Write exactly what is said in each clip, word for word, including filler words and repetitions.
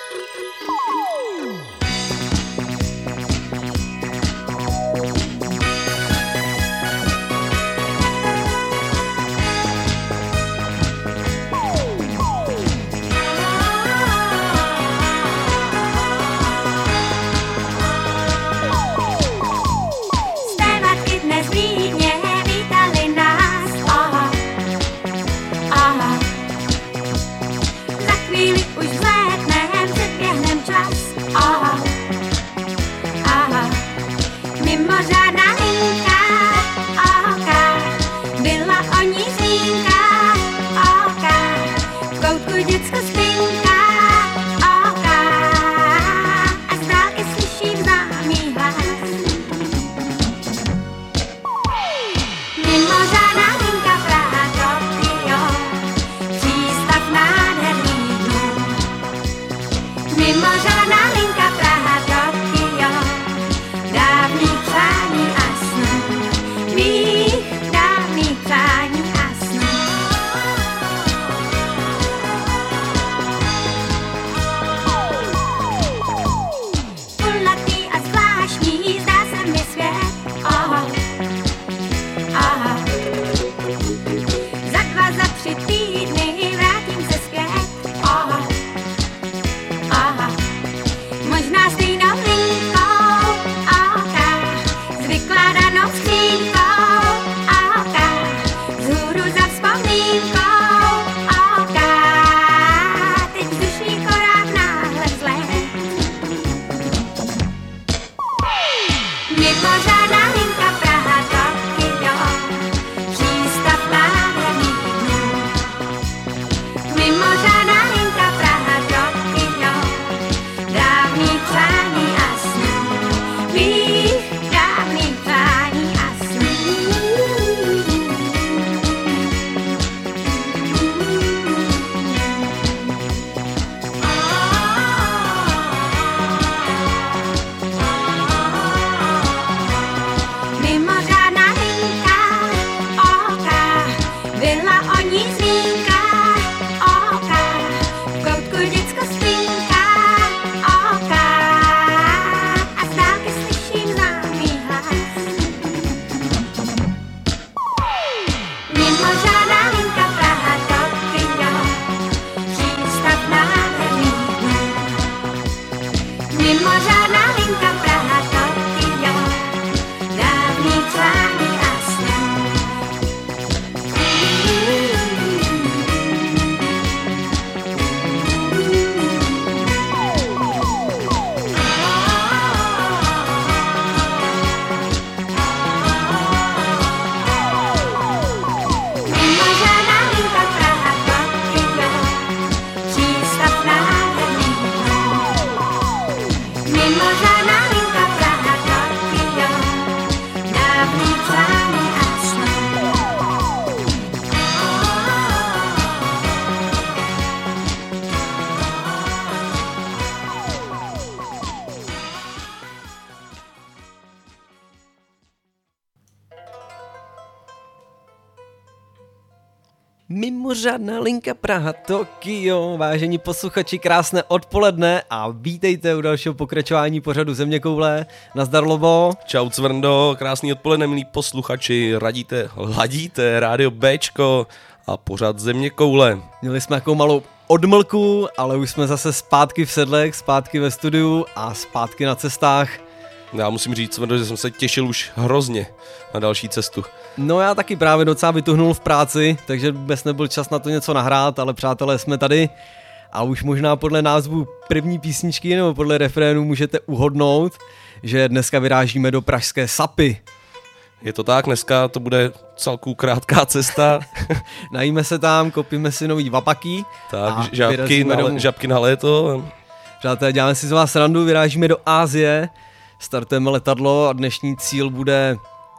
Mimořádná linka Praha Tokio, vážení posluchači, krásné odpoledne a vítejte u dalšího pokračování pořadu Zeměkoule. Nazdar, Lobo. Čau Cvrndo, krásný odpoledne, milí posluchači, radíte, ladíte rádio Bčko a pořad Zeměkoule. Měli jsme takovou malou odmlku, ale už jsme zase zpátky v sedlech, zpátky ve studiu a zpátky na cestách. Já musím říct, Cvrndo, že jsem se těšil už hrozně na další cestu. No já taky právě docela vytuhnul v práci, takže vůbec nebyl čas na to něco nahrát, ale přátelé, jsme tady a už možná podle názvu první písničky nebo podle refrénu můžete uhodnout, že dneska vyrážíme do pražské Sapy. Je to tak, dneska to bude celku krátká cesta. Najíme se tam, kopíme si nový vapaky. Tak, žabky na, le, žabky na léto. Přátelé, děláme si z vás srandu, vyrážíme do Asie, startujeme letadlo a dnešní cíl bude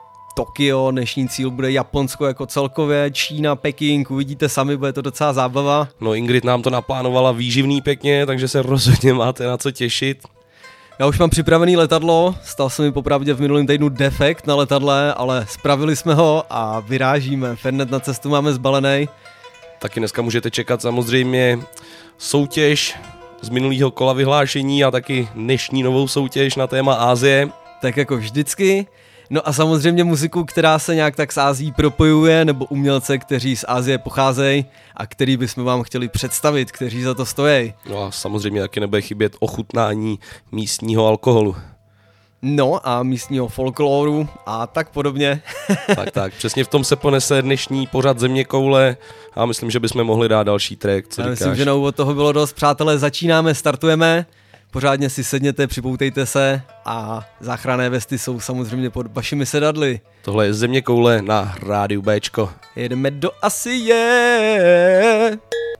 Tokio, dnešní cíl bude Japonsko jako celkově, Čína, Peking, uvidíte sami, bude to docela zábava. No Ingrid nám to naplánovala výživný pěkně, takže se rozhodně máte na co těšit. Já už mám připravený letadlo, stal se mi popravdě v minulém týdnu defekt na letadle, ale spravili jsme ho a vyrážíme, Fernet na cestu máme zbalený. Taky dneska můžete čekat samozřejmě soutěž z minulého kola vyhlášení a taky dnešní novou soutěž na téma Asie. Tak jako vždycky. No a samozřejmě muziku, která se nějak tak s Ázií propojuje, nebo umělce, kteří z Asie pocházejí a který bychom vám chtěli představit, kteří za to stojí. No a samozřejmě taky nebude chybět ochutnání místního alkoholu. No a místního folkloru a tak podobně. Tak, tak, přesně v tom se ponese dnešní pořad Zeměkoule a myslím, že bychom mohli dát další track, co Já říkáš? myslím, že na úvod toho bylo dost. Přátelé, začínáme, startujeme, pořádně si sedněte, připoutejte se a záchranné vesty jsou samozřejmě pod vašimi sedadly. Tohle je Zeměkoule na rádiu Béčko. Jedeme do Asie.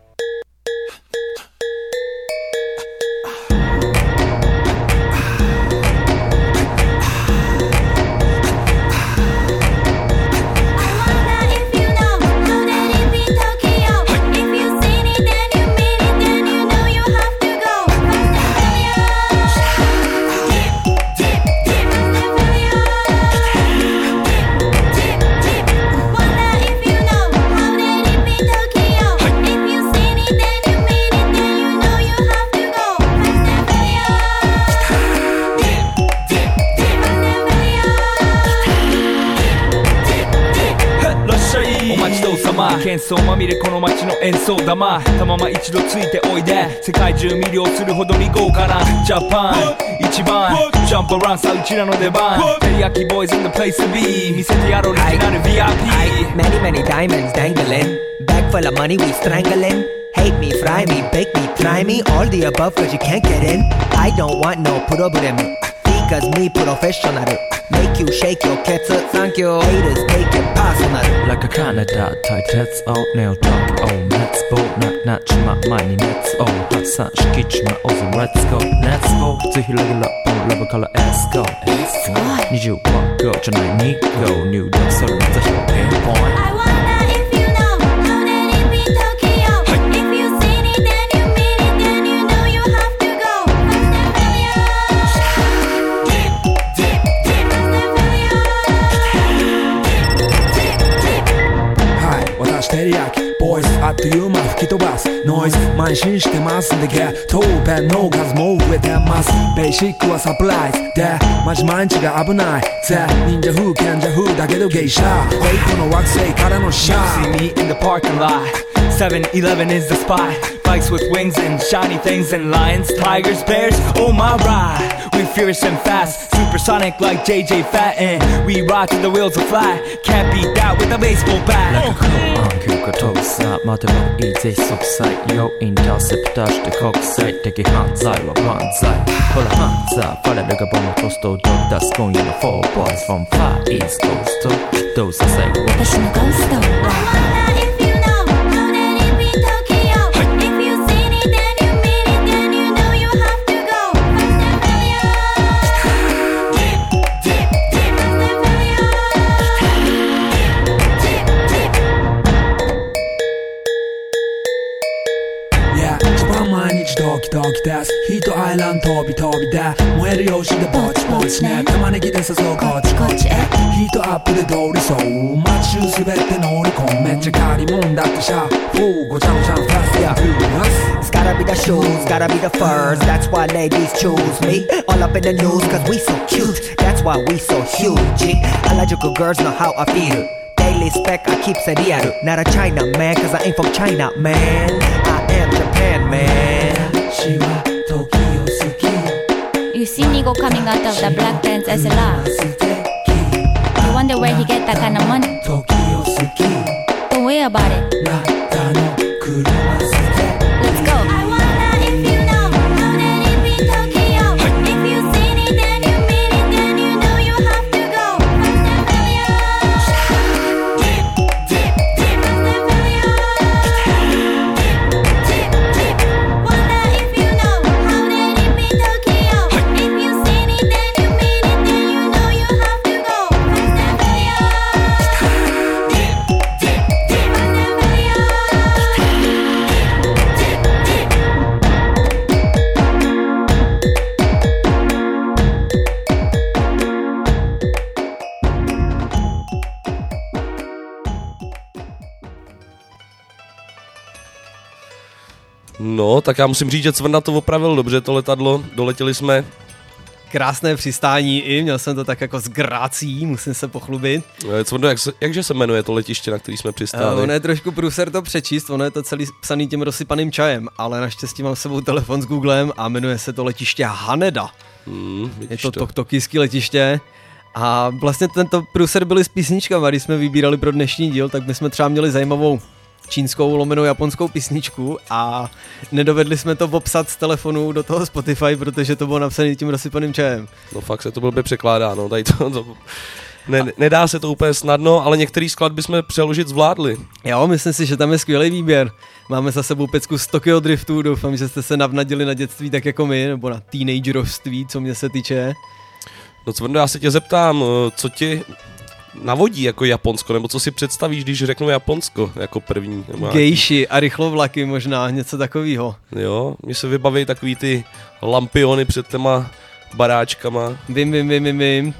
ま喧騒まみれこの街の演奏玉たまま一度ついておいで世界中魅了するほどに豪華なジャパン一番ジャンプアランさうちらの出番テリヤキボーイズ in the place to be 見せてやろうオリジナル ブイアイピー Many many diamonds dangling Bag full of money we strangling Hate me, fry me, bake me, try me All the above cause you can't get in I don't want no problem Because me professional Make you shake your cats up, thank you Haters take it personal Like a Canada type tets out nail talk oh let's go ななちま前に熱を発散しきちまおうぜ Let's go Let's go ぜひレギュラーのラブから Let's go にじゅうはち号じゃないに号入力するのぜひをピンポイントテリヤキボイスあっという間吹き飛ばすノイズ慢心してますんでゲットペンの数も増えてますベーシックはサプライズでマジ毎日が危ないぜ忍者風賢者風だけどゲイシャフェイクの惑星からのシャー You see me in the parking lot seven eleven is the spot Bikes with wings and shiny things and lions, tigers, bears, oh my ride We fierce and fast, supersonic like J J Fatten We ride till the wheels are flat, can't beat that with a baseball bat Like a cool on 急化飛ぶさ待てばいいぜ即歳よインターセプターして国際的犯罪は万歳ほらハンザーファレルがボムトストをドッ出す今夜の four boys from far east coast どうさ最後私のゴーストドキドキですヒートアイランド飛び飛びで燃えるよしでぼちぼちね玉ねぎで誘うこっちこっちへヒートアップで通りそう街中すべて乗り込むめっちゃ借りもんだってシャフーごちゃごちゃファストやフーナス It's gotta be the shoes, gotta be the furs That's why ladies choose me All up in the news cause we so cute That's why we so huge Harajuku girls know how I feel Daily spec I keep it real Not a China man cause I ain't from China man I am Japan man You see Nigo coming out of the Black Dance S L R You wonder where he get that kind of money Don't worry about it Let's go No, tak já musím říct, že Cvrna to opravil dobře, to letadlo, doletěli jsme. Krásné přistání i, měl jsem to tak jako s grácí, musím se pochlubit. Cvrno, jak se, jakže se jmenuje to letiště, na který jsme přistáli? Uh, ono je trošku průser to přečíst, ono je to celý psaný tím rozsypaným čajem, ale naštěstí mám s sebou telefon s Googlem a jmenuje se to letiště Haneda. Hmm, je to, to tokijské letiště. A vlastně tento průser byly s písničkama, když jsme vybírali pro dnešní díl, tak my jsme třeba měli zajímavou čínskou lomenou japonskou písničku a nedovedli jsme to popsat z telefonu do toho Spotify, protože to bylo napsané tím rozsypaným čajem. No fakt se to blbě překládá, no tady to, to ne, nedá se to úplně snadno, ale některý skladby jsme přeložit zvládli. Jo, myslím si, že tam je skvělý výběr. Máme za sebou pecku z Tokyo Driftu, doufám, že jste se navnadili na dětství tak jako my, nebo na teenagerovství, co mě se týče. No Cvrno, já se tě zeptám, co ti navodí jako Japonsko, nebo co si představíš, když řeknu Japonsko jako první? Gejši a rychlovlaky možná, něco takového. Jo, mně se vybaví takový ty lampiony před těma baráčkama. Vím, vím, vím, vím, vím.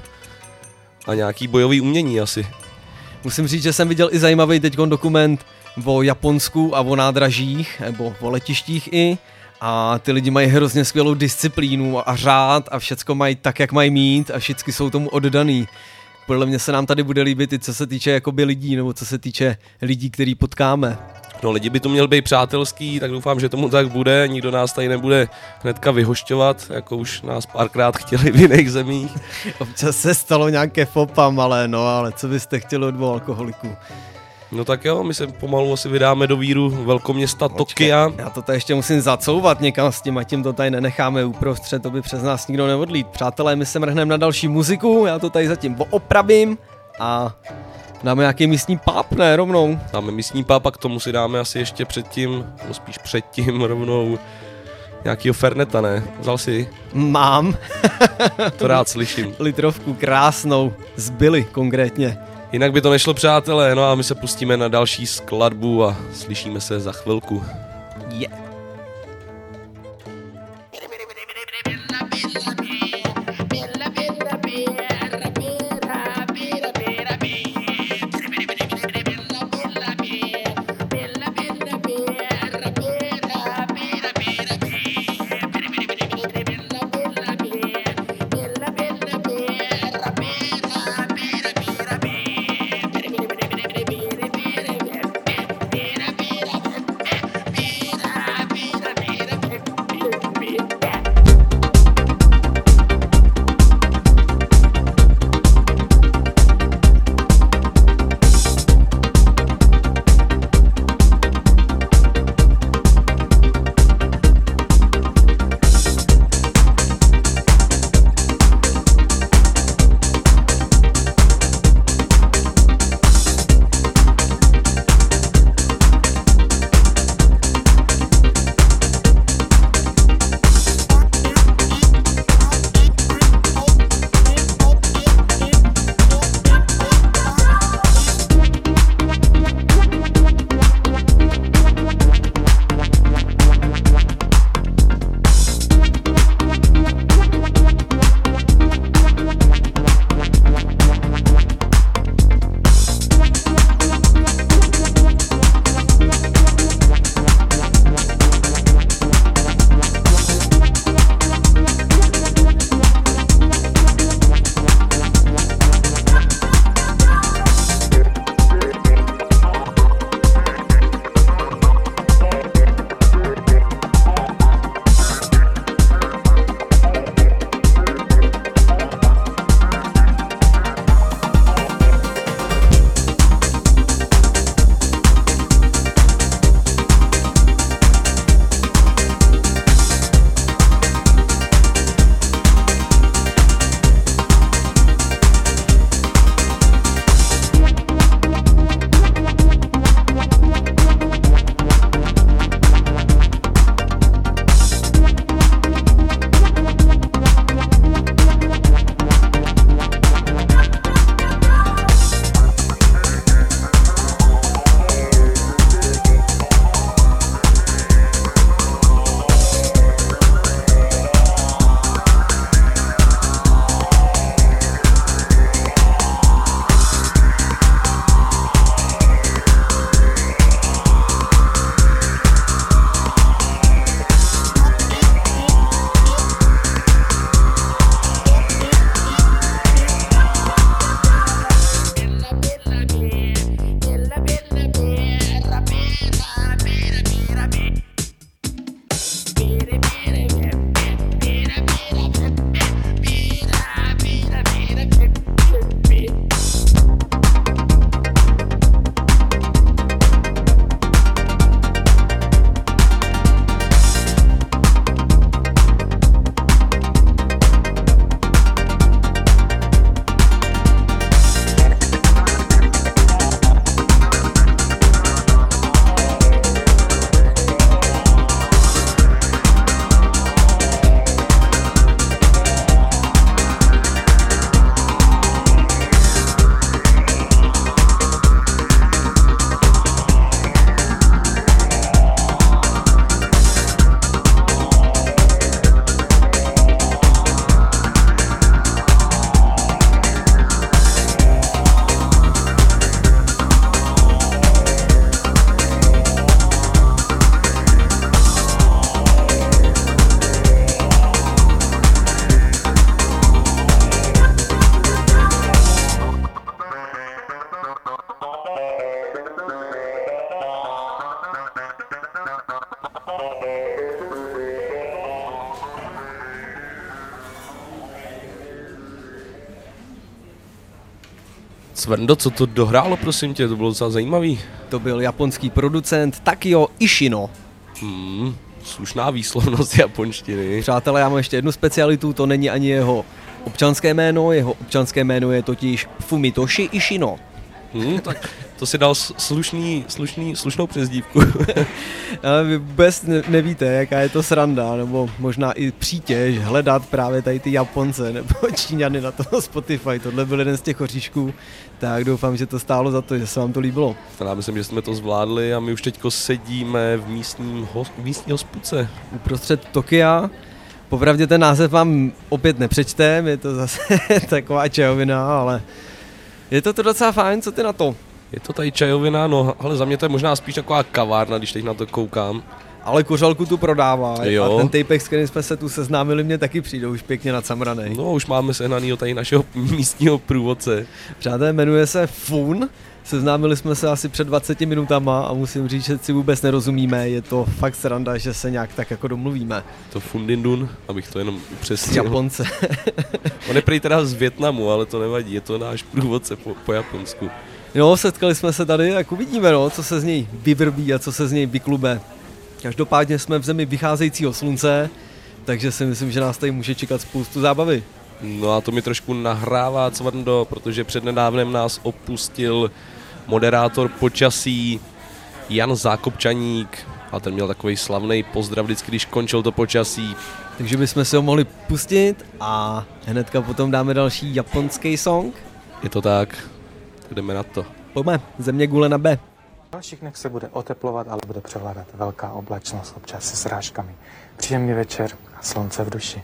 A nějaký bojový umění asi. Musím říct, že jsem viděl i zajímavý teďkon dokument o Japonsku a o nádražích, nebo o letištích i. A ty lidi mají hrozně skvělou disciplínu a řád a všecko mají tak, jak mají mít a všichni jsou tomu oddaný. Podle mě se nám tady bude líbit i co se týče jakoby lidí, nebo co se týče lidí, který potkáme. No lidi by to měl být přátelský, tak doufám, že tomu tak bude, nikdo nás tady nebude hnedka vyhošťovat, jako už nás párkrát chtěli v jiných zemích. Občas se stalo nějaké fopam, ale no, ale co byste chtěli od dvou alkoholiků? No tak jo, my se pomalu asi vydáme do víru velkoměsta Tokia. Já to tady ještě musím zacouvat někam s tím a tím to tady nenecháme uprostřed, to by přes nás nikdo neodlít. Přátelé, my se mrhneme na další muziku, já to tady zatím poopravím a dáme nějaký místní pub, ne, rovnou. Dáme místní pub a k tomu si dáme asi ještě předtím, no spíš předtím rovnou nějakýho Ferneta, ne? Vzal si? Mám. To rád slyším. Litrovku krásnou, z Billy konkrétně. Jinak by to nešlo, přátelé, no a my se pustíme na další skladbu a slyšíme se za chvilku. Yeah. Be Cvrndo, co to dohrálo, prosím tě, to bylo docela zajímavý. To byl japonský producent Takio Ishino. Hmm, slušná výslovnost japonštiny. Přátelé, já mám ještě jednu specialitu, to není ani jeho občanské jméno, jeho občanské jméno je totiž Fumitoshi Ishino. Hmm, tak to si dal slušný, slušný, slušnou přezdívku. Ale vy vůbec nevíte, jaká je to sranda, nebo možná i přítěž hledat právě tady ty Japonce nebo Číňany na toho Spotify. Tohle byl jeden z těch oříšků, tak doufám, že to stálo za to, že se vám to líbilo. Já myslím, že jsme to zvládli a my už teďko sedíme v místním hos, místní hospodce. Uprostřed Tokia. Popravdě ten název vám opět nepřečtem, je to zase taková čajovina, ale je to to docela fajn, co ty na to? Je to tady čajovina, no ale za mě to je možná spíš taková kavárna, když teď na to koukám. Ale kořalku tu prodává jo. A ten tapek, s kterým jsme se tu seznámili, mě taky přijde už pěkně nacamranej. No už máme sehnanýho tady našeho místního průvodce. Přátelé, jmenuje se Fun, seznámili jsme se asi před dvaceti minutama a musím říct, že si vůbec nerozumíme, je to fakt sranda, že se nějak tak jako domluvíme. To Fundindun, abych to jenom upřesnil. Z Japonce. On je prý teda z Vietnamu, ale to nevadí, je to náš průvodce po, po Japonsku. No, setkali jsme se tady, tak uvidíme, no, co se z něj vyvrbí a co se z něj vyklube. Každopádně jsme v zemi vycházejícího slunce, takže si myslím, že nás tady může čekat spoustu zábavy. No a to mi trošku nahrává Cvrndo, protože přednedávnem nás opustil moderátor počasí Jan Zákopčaník a ten měl takový slavný pozdrav vždycky, když končil to počasí. Takže bychom si ho mohli pustit a hnedka potom dáme další japonský song. Je to tak, jdeme na to. Pojďme, země gule na B. V dalších dnech se bude oteplovat, ale bude převládat velká oblačnost, občas se srážkami. Příjemný večer a slunce v duši.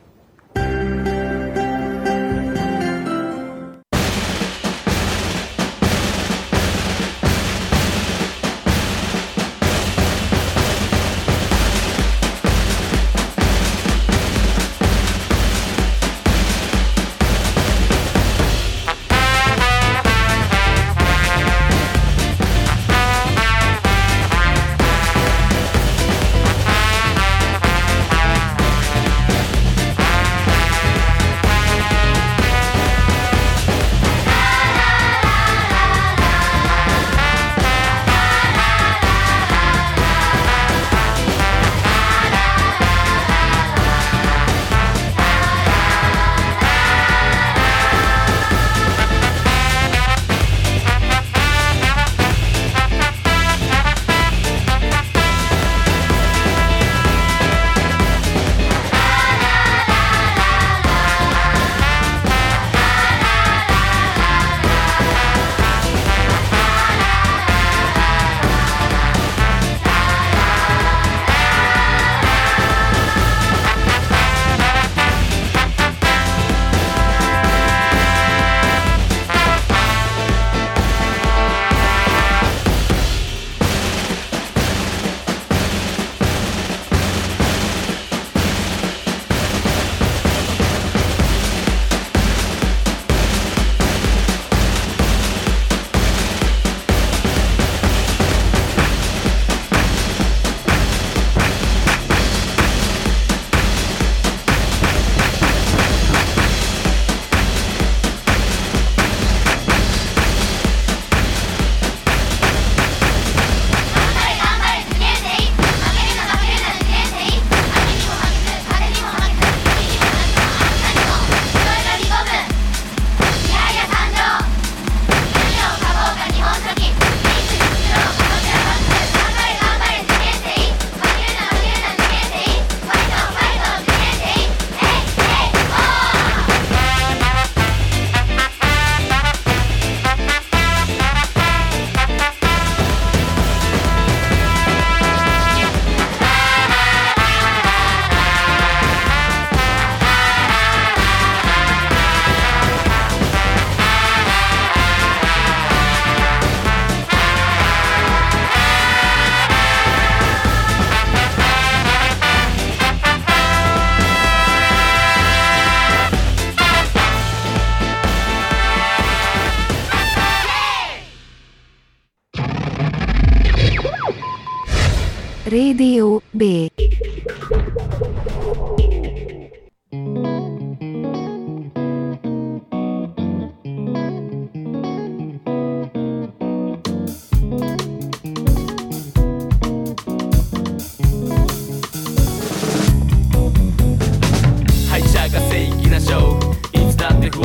Radio B.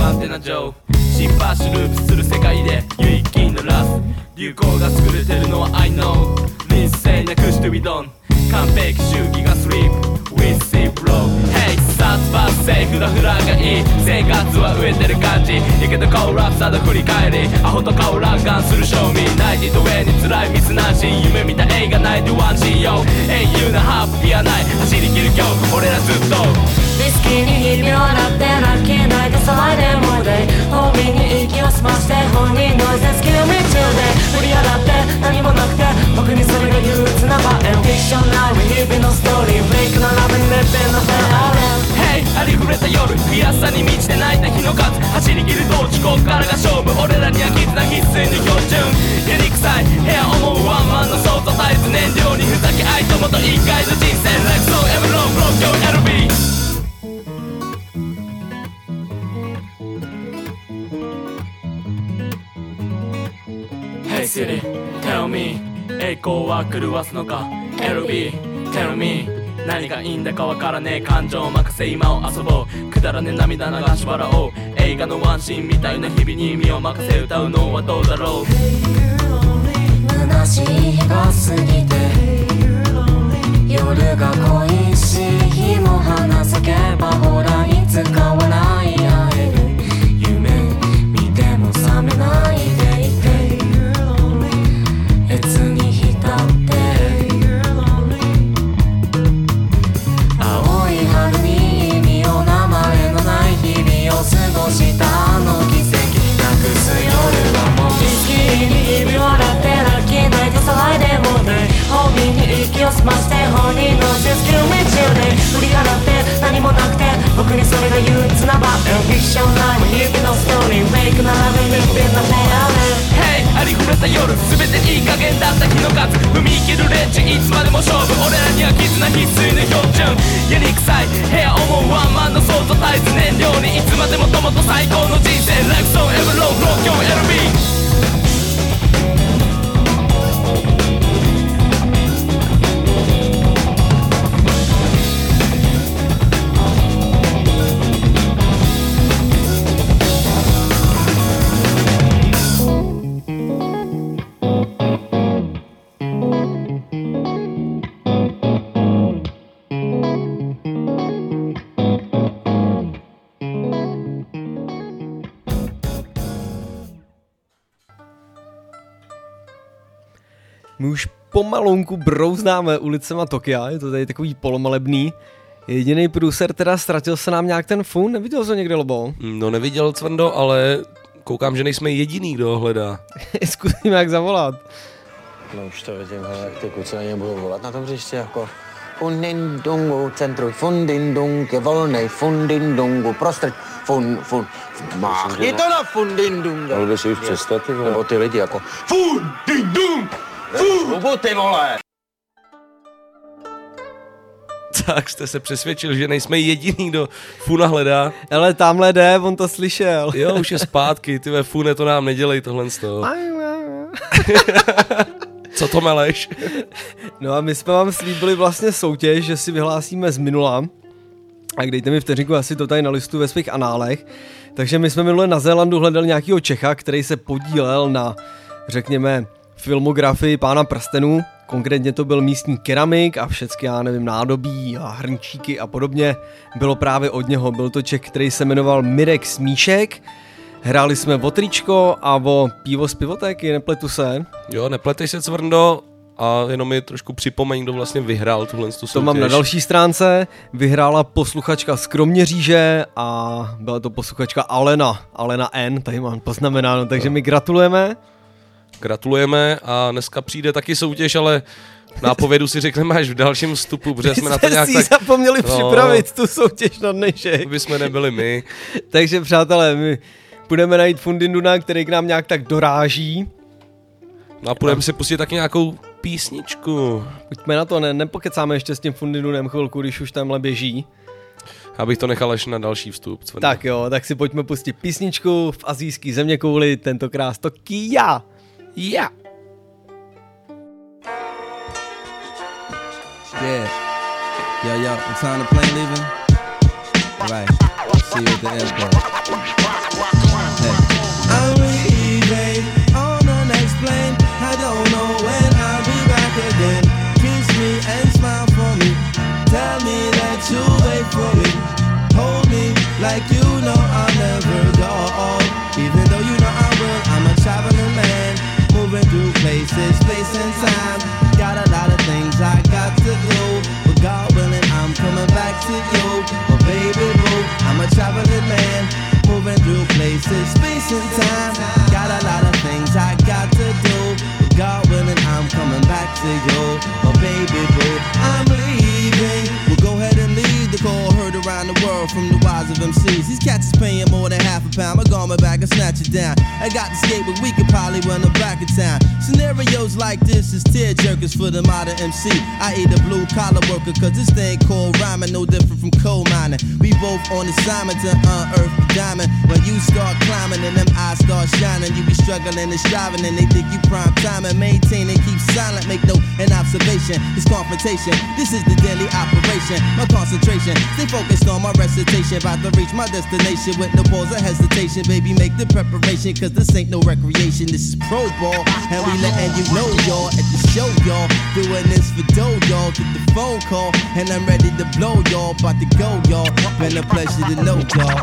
アンテナ上シンパッシュループする世界で唯一金のラス流行が優れてるのは I know 臨戦なくして We don't 完璧主義がスリープ We see bro Hey 殺伐性フラフラがいい生活は飢えてる感じいけどコーラプサだ振り返りアホと顔乱眼する賞味ナイティと上に辛いミスなし夢見た映画ないとワンシーンよ英雄なハッピーはない走り切る今日俺らずっとウイスキーに日々を洗ってラッキーナイト騒いでもデイホビーに息を澄まして本人ノイズスキルミチューデイ振り払って何もなくて僕にそれが憂鬱な場合フィクションライブ日々のストーリーフェイクなラブにレッペンのフェアレン Hey ありふれた夜悔しさに満ちて泣いた日の数走り切る道中こっからが勝負俺らには絆必須の標準やりくさい部屋思うワンマンの想像絶えず燃料にふざけ愛ともと一回の人生 Like so ever long from yourエルビーHey City, tell me 栄光は狂わすのか エルビー Tell me 何がいいんだかわからねえ感情任せ今を遊ぼうくだらねえ涙流し笑おう映画のワンシーンみたいな日々に身を任せ歌うのはどうだろう虚しい日が過ぎて夜が恋しい日も花咲けばほらいつか笑い合える夢見ても覚めないでいて越に浸って青い春に意味を名前のない日々を過ごしたあの奇跡なくす夜はもうウイスキーに日々を洗ってラッキーナイト騒いでもねホビーに息を澄まして本人のセスキルメチューで振り払って何もなくて僕にそれが憂鬱な場合フィクションライブ日々のストーリーフェイクなラブにリッピンのフェアレン Hey ありふれた夜全ていい加減だった日の数踏み切るレンチいつまでも勝負俺らには絆必須の標準やりくさい部屋思うワンマンの想像絶えず燃料にいつまでもともと最高の人生 Like so ever long from your エルビー My už pomalonku brouznáme ulicema Tokia, je to tady takový polomalebný. Jediný průser teda, ztratil se nám nějak ten fun, neviděl jsi ho někde, Lobo? No neviděl, Cvrndo, ale koukám, že nejsme jediný, kdo ho hledá. Zkusíme jak zavolat. No už to vidím, hele, jak ty kluci na ně budou volat na tom hřiště jako Fundindungu, centruj, Fundindung je volnej, Fundindungu, prostrč, fun, fun, máchni to na Fundindungu. Ale si už přestat, ty vole. Nebo ty lidi jako Fundindung, Fubu, ty vole. Tak jste se přesvědčil, že nejsme jediný, kdo Funa hledá. Ale tamhle jde, on to slyšel. Jo, už je zpátky, ty ve Fune, to nám nedělej tohle z toho. Co to meleš? No a my jsme vám slíbili vlastně soutěž, že si vyhlásíme z minula. A dejte mi vteřinku, asi to tady na listu ve svých análech. Takže my jsme minule na Zélandu hledali nějakýho Čecha, který se podílel na, řekněme, filmografii Pána prstenů. Konkrétně to byl místní keramik a všechny, já nevím, nádobí a hrnčíky a podobně. Bylo právě od něho, byl to Čech, který se jmenoval Mirek Smíšek. Hráli jsme o tričko a o pivo z pivotéky, nepletu se. Jo, nepletej se, Cvrndo, a jenom mi trošku připomeň, kdo vlastně vyhrál tuhle soutěž. To mám na další stránce, vyhrála posluchačka z Kroměříže a byla to posluchačka Alena, Alena N, tady mám poznamenáno, takže my gratulujeme. Gratulujeme a dneska přijde taky soutěž, ale nápovědu si řekneme až v dalším vstupu, protože jsme na to nějak tak... zapomněli no, připravit tu soutěž na dnešek. To bychom nebyli my. Takže přátelé, my půjdeme najít Fundinduna, který k nám nějak tak doráží. No a půjdeme si pustit taky nějakou písničku. Pojďme na to, ne, nepokecáme ještě s tím Fundindunem chvilku, když už tamhle běží. Abych to nechal až na další vstup. Cvrno. Tak jo, tak si pojďme pustit písničku v azijský zeměkouli, tentokrát z Tokia. Yeah. Yeah. Yo, yo, what time the plane leaving? Alright, see you at the airport. Hey. I'm leaving on the next plane. I don't know when I'll be back again. Kiss me and smile for me. Tell me that you'll wait for me. Hold me like you know I'll never go. Even though you know I will, I'm a traveling man, moving through places, space and time. Got a lot of things I got to do, but God willing, I'm coming back to you. Oh baby boo, I'm a traveling man, moving through places, space and time. Got a lot of things I got to do, but God willing, I'm coming back to you. Oh baby boo, I'm leaving. We'll go ahead and leave the call heard around the world from the wise of M Cs. These cats is paying more than half a pound. I got my back and snatch it down. I got the skate, but we could probably run them back in town. Scenarios like this is tear jerkers for the modern M C. I ain't a blue collar worker, cause this thing called rhyming no different from coal mining. We both on assignment to unearth the diamond. When you start climbing and them eyes start shining, you be struggling and striving and they think you prime time and maintain and keep silent. Make no an observation, it's confrontation. This is the daily operation. My concentration, stay focused on my recitation. About to reach my destination with no pause or hesitation. Baby, make the preparation, cause this ain't no recreation. This is pro ball, and we letting you know, y'all, at the show, y'all. Doing this for dough, y'all. Get the phone call, and I'm ready to blow, y'all. About to go, y'all. Been a pleasure to know, y'all.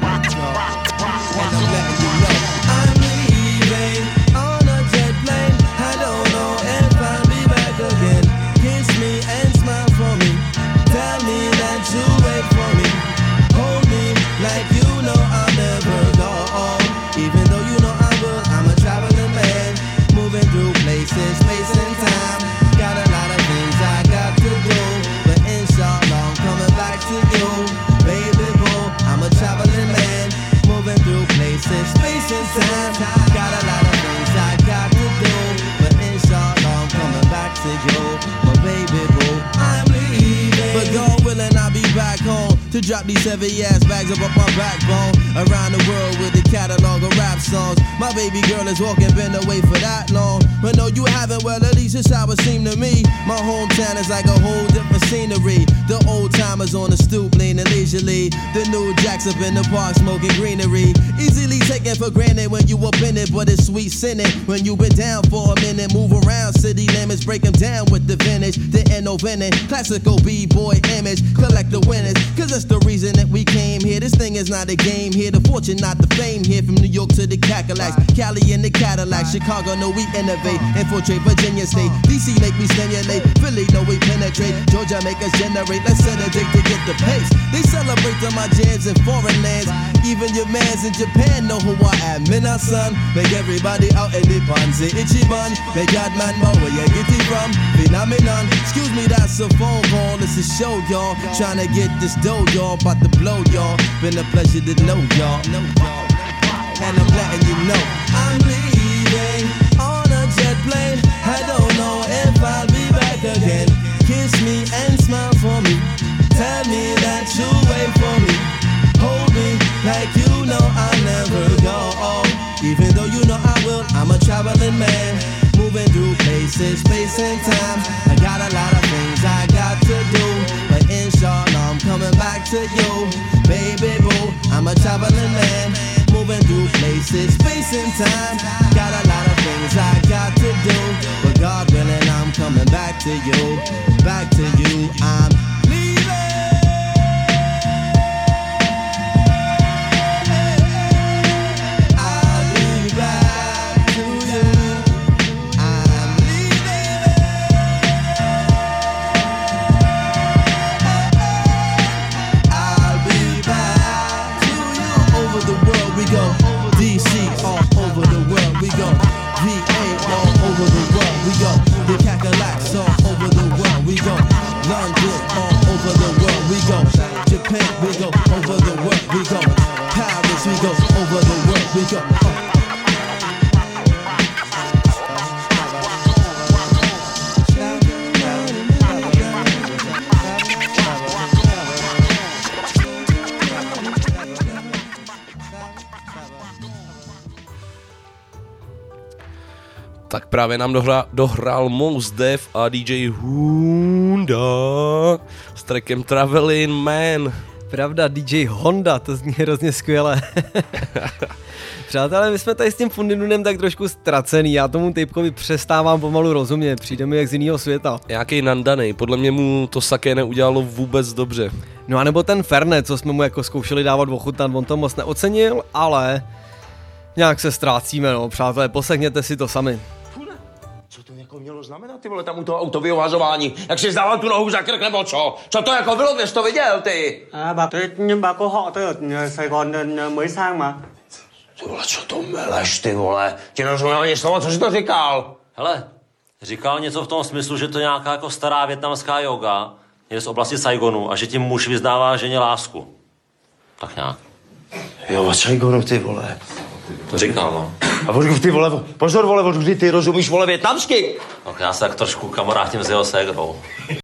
And I'm letting you know I'm leaving on a jet plane. I don't know if I'll be back again. Kiss me and smile for me. Tell me that you'll wait for me. Hold me like you know I'll never go. Even though you know I will, I'm a traveling man, moving through places, space and time. Got a lot of things I got to do, but inshallah I'm coming back to you. Baby boo, I'm a traveling man, moving through places, space and time. Got a lot of things I got to do, but inshallah I'm coming back to you. My baby boo, I'm leaving, but God willing I'll be back home to drop these heavy ass bags up, up my backbone. Around the world with a catalog of rap songs. My baby girl is walking, been away for that long. But no, you haven't, well at least it's how it seemed to me. My hometown is like a whole different scenery. The old timers on the stoop leaning leisurely. The new jacks up in the park smoking greenery. Easily taken for granted when you up in it, but it's sweet sinning when you been down for a minute. Move around city limits, break them down with the vintage. The N O winning, classical B-boy image. Collect the winners, cause that's the reason that we came here. This thing is not a game here. The fortune, not the fame here. From New York to the Cadillacs, Cali in the Cadillac, Chicago, know we innovate, infiltrate Virginia State, D C make me stimulate, Philly know we penetrate, Georgia make us generate. Let's set a date to get the pace. They celebrate on my jams in foreign lands. Even your mans in Japan know who I am. Minna son, make everybody out in the pan say Ichiban. Make God man know where you get it from. Phenomenon, excuse me, that's a phone call. It's a show, y'all. Trying to get this dough, y'all. About to blow, y'all. Been a pleasure to know y'all. And I'm letting you know I'm leaving on a jet plane. I don't know if I'll be back again. Kiss me and smile for me. Tell me that you'll wait for me. Hold me like you know I'll never go. Even though you know I will, I'm a traveling man, moving through places, space and time. I got a lot of things I got to do, but inshallah I'm coming back to you. Baby boo, I'm a traveling man, moving through places, space and time. Got a lot of things I got to do, but God willing I'm coming back to you. Back to you, I'm Tak právě nám dohra, dohrál Mos Def a D J Hunda s trackem Travelin' Man. Pravda, D J Honda, to zní hrozně skvěle. Přátelé, my jsme tady s tím Fundinunem tak trošku ztracený, já tomu typkovi přestávám pomalu rozumět, přijde mi jak z jiného světa. Nějaký nandanej, podle mě mu to saké neudělalo vůbec dobře. No a nebo ten Fernet, co jsme mu jako zkoušeli dávat ochutnat, on to moc neocenil, ale nějak se ztrácíme, no přátelé, poslechněte si to sami. Co to jako mělo znamenat, ty vole, tam u toho autového hazování? Jak jsi zdával tu nohu za krk, nebo co? Co to jako bylo, kde jsi to viděl, ty? À, bà, nhưng bà có họ tới ở Sài Gòn mới sang mà. Ty vole, co to meleš, ty vole? Ti nerozuměl ani slovo, co jsi to říkal? Hele, říkal něco v tom smyslu, že to je nějaká jako stará vietnamská yoga, je z oblasti Saigonu a že tím muž vyznává ženě lásku. Tak nějak. Jo, Saigonu, ty vole. To říkal, no. A počkej, ty vole, pozor, vole, od kdy ty rozumíš, vole, vietnamsky? Tak já se tak trošku kamarádím s jeho ségrou.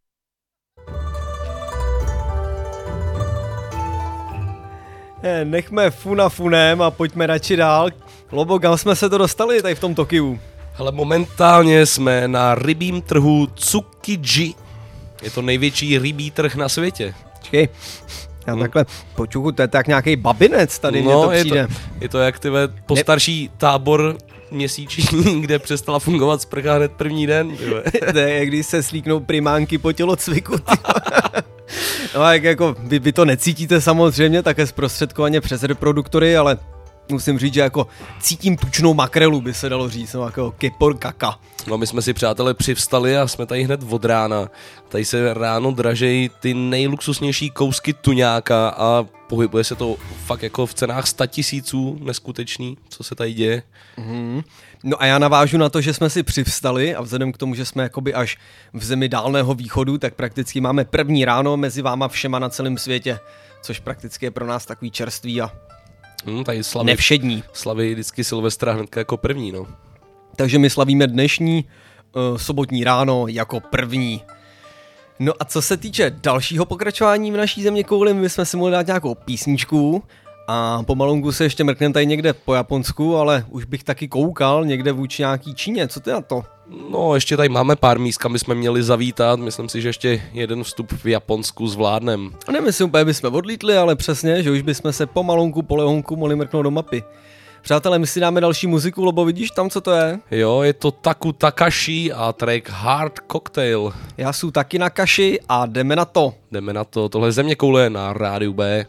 Nechme funa funem a pojďme radši dál. Lobo, kam jsme se to dostali tady v tom Tokiu? Hele, momentálně jsme na rybím trhu Tsukiji. Je to největší rybí trh na světě. Čekej, já hmm. takhle počuchu, to je tak nějaký babinec tady, no, mně to přijde. Je to, je to jak tyhle postarší tábor měsíční, kde přestala fungovat sprcha hned první den. To je, jak když se slíknou primánky po tělocviku. No a jak jako vy, vy to necítíte samozřejmě, také zprostředkovaně přes reproduktory, ale musím říct, že jako cítím tučnou makrelu, by se dalo říct, no jako kepor kaka. No my jsme si, přátelé, přivstali a jsme tady hned od rána. Tady se ráno dražejí ty nejluxusnější kousky tuňáka a pohybuje se to fakt jako v cenách sta tisíců, neskutečný, co se tady děje. Mm-hmm. No a já navážu na to, že jsme si přivstali a vzhledem k tomu, že jsme jakoby až v zemi dálného východu, tak prakticky máme první ráno mezi váma všema na celém světě, což prakticky je pro nás takový čerstvý a hmm, tady slaví, nevšední. Slaví vždycky Silvestra hnedka jako první, no. Takže my slavíme dnešní uh, sobotní ráno jako první. No a co se týče dalšího pokračování v naší země kouli, my jsme si mohli dát nějakou písničku a pomalonku se ještě mrkneme tady někde po Japonsku, ale už bych taky koukal někde vůči nějaký Číně, co ty na to? No ještě tady máme pár míst, kam bychom měli zavítat, myslím si, že ještě jeden vstup v Japonsku zvládnem. A nemyslím úplně, bychom odlítli, ale přesně, že už bychom se pomalonku, polehonku mohli mrknout do mapy. Přátelé, my si dáme další muziku, Lobo, vidíš tam, co to je? Jo, je to Taku Takashi a track Hard Cocktail. Já jsem taky na kaši a jdeme na to. Jdeme na to, tohle je Země koule na Rádiu B.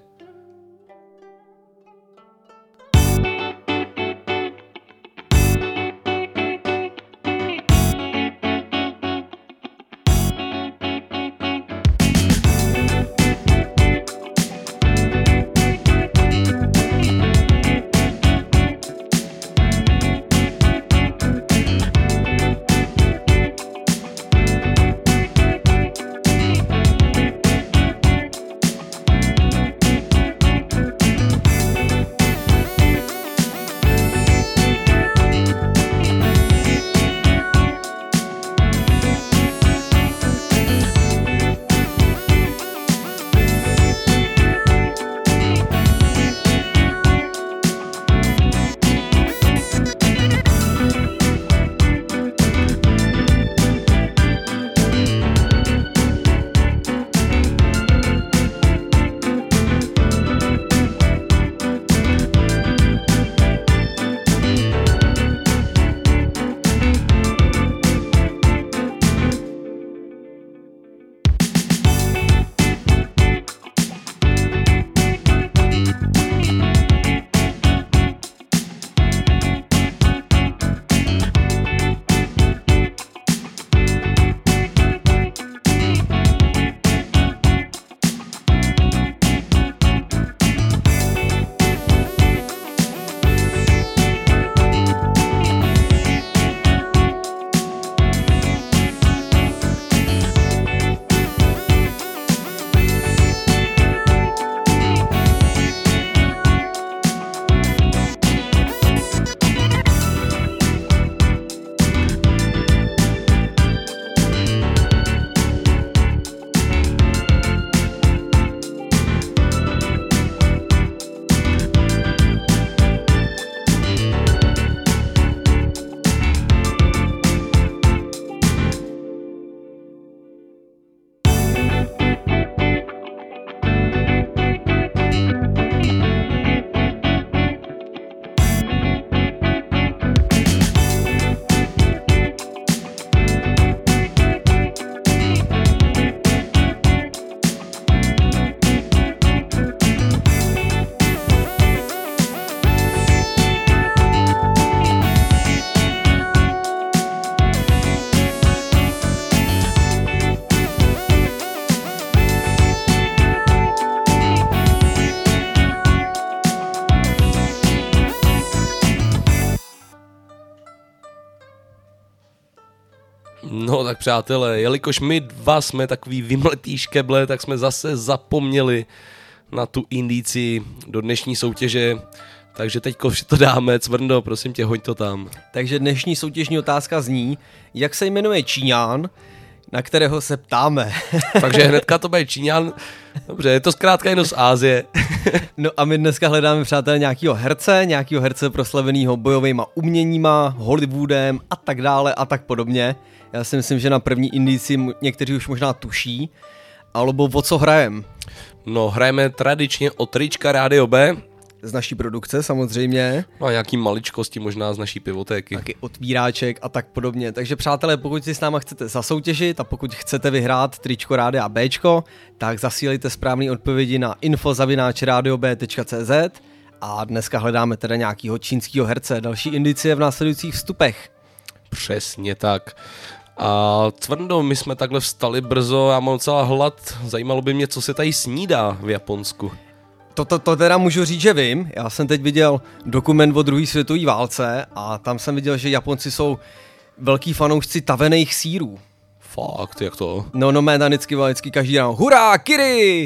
No tak přátelé, jelikož my dva jsme takový vymletý škeble, tak jsme zase zapomněli na tu indici do dnešní soutěže. Takže teďko to dáme, Cvrndo, prosím tě, hoď to tam. Takže dnešní soutěžní otázka zní, jak se jmenuje Číňan, na kterého se ptáme. Takže hnedka to bude Číňan. Dobře, je to zkrátka jenom z Ázie. No a my dneska hledáme, přátelé, nějakýho herce, nějakýho herce proslavenýho bojovýma uměníma, Hollywoodem a tak dále a tak podobně. Já si myslím, že na první indici někteří už možná tuší. Alebo o co hrajem? No, hrajeme tradičně o trička Rádio B. Z naší produkce samozřejmě. No a nějaký maličkosti možná z naší pivotéky. Taky otvíráček a tak podobně. Takže přátelé, pokud si s náma chcete zasoutěžit a pokud chcete vyhrát tričko Rádia Bčko, tak zasílejte správné odpovědi na info zavináč radio b tečka cé zet a dneska hledáme teda nějakýho čínského herce. Další indicie v následujících vstupech. Přesně tak. A Cvrndo, my jsme takhle vstali brzo, já mám docela hlad, zajímalo by mě, co se tady snídá v Japonsku. To, to, to teda můžu říct, že vím. Já jsem teď viděl dokument o druhé světové válce a tam jsem viděl, že Japonci jsou velký fanoušci tavených sýrů. Fakt, jak to? No, no, médanicky, vždycky každý ráno, hurá, kiri!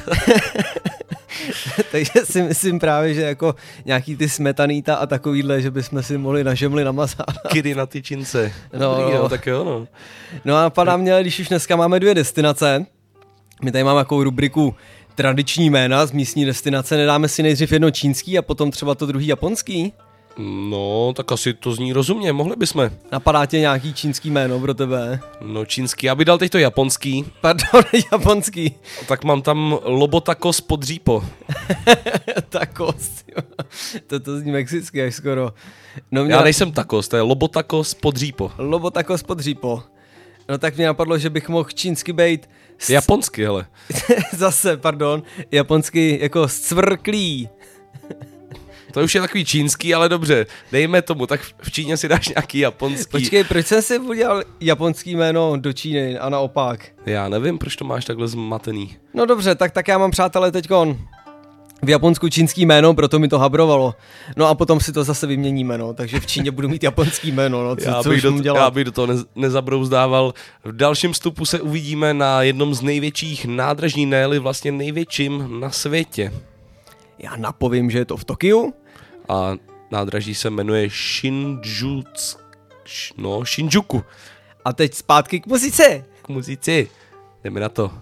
Takže si myslím právě, že jako nějaký ty smetaníta a takovýhle, že bychom si mohli na žemli namazat. Kiri na tyčince. No, Dobrý, jo, tak jo, no. No a padá mě, když už dneska máme dvě destinace, my tady máme takovou rubriku tradiční jména z místní destinace, nedáme si nejdřív jedno čínský a potom třeba to druhý japonský? No, tak asi to zní rozumně, mohli bychom. Napadá tě nějaký čínský jméno pro tebe? No čínský, já bych dal teď to japonský. Pardon, japonský. Tak mám tam Lobotakos podřípo. Takos, to to zní mexicky až skoro. No mě... Já nejsem takos, to je Lobotakos podřípo. Lobotakos podřípo. No tak mě napadlo, že bych mohl čínsky bejt... S... Japonsky, hele. Zase, pardon, japonsky jako scvrklý. To už je takový čínský, ale dobře, dejme tomu, tak v Číně si dáš nějaký japonský. Počkej, proč jsem si udělal japonský jméno do Číny a naopak? Já nevím, proč to máš takhle zmatený. No dobře, tak, tak já mám, přátelé, teďkon v Japonsku čínský jméno, proto mi to habrovalo. No a potom si to zase vyměníme, no, takže v Číně budu mít japonský jméno, no, co, já, co bych už do, dělat? já bych do toho ne, nezabrouzdával. V dalším vstupu se uvidíme na jednom z největších nádraží, ne-li vlastně největším na světě. Já napovím, že je to v Tokiu. A nádraží se jmenuje Shinjuku. No, Shinjuku. A teď zpátky k muzice. K muzici. Jdeme na to.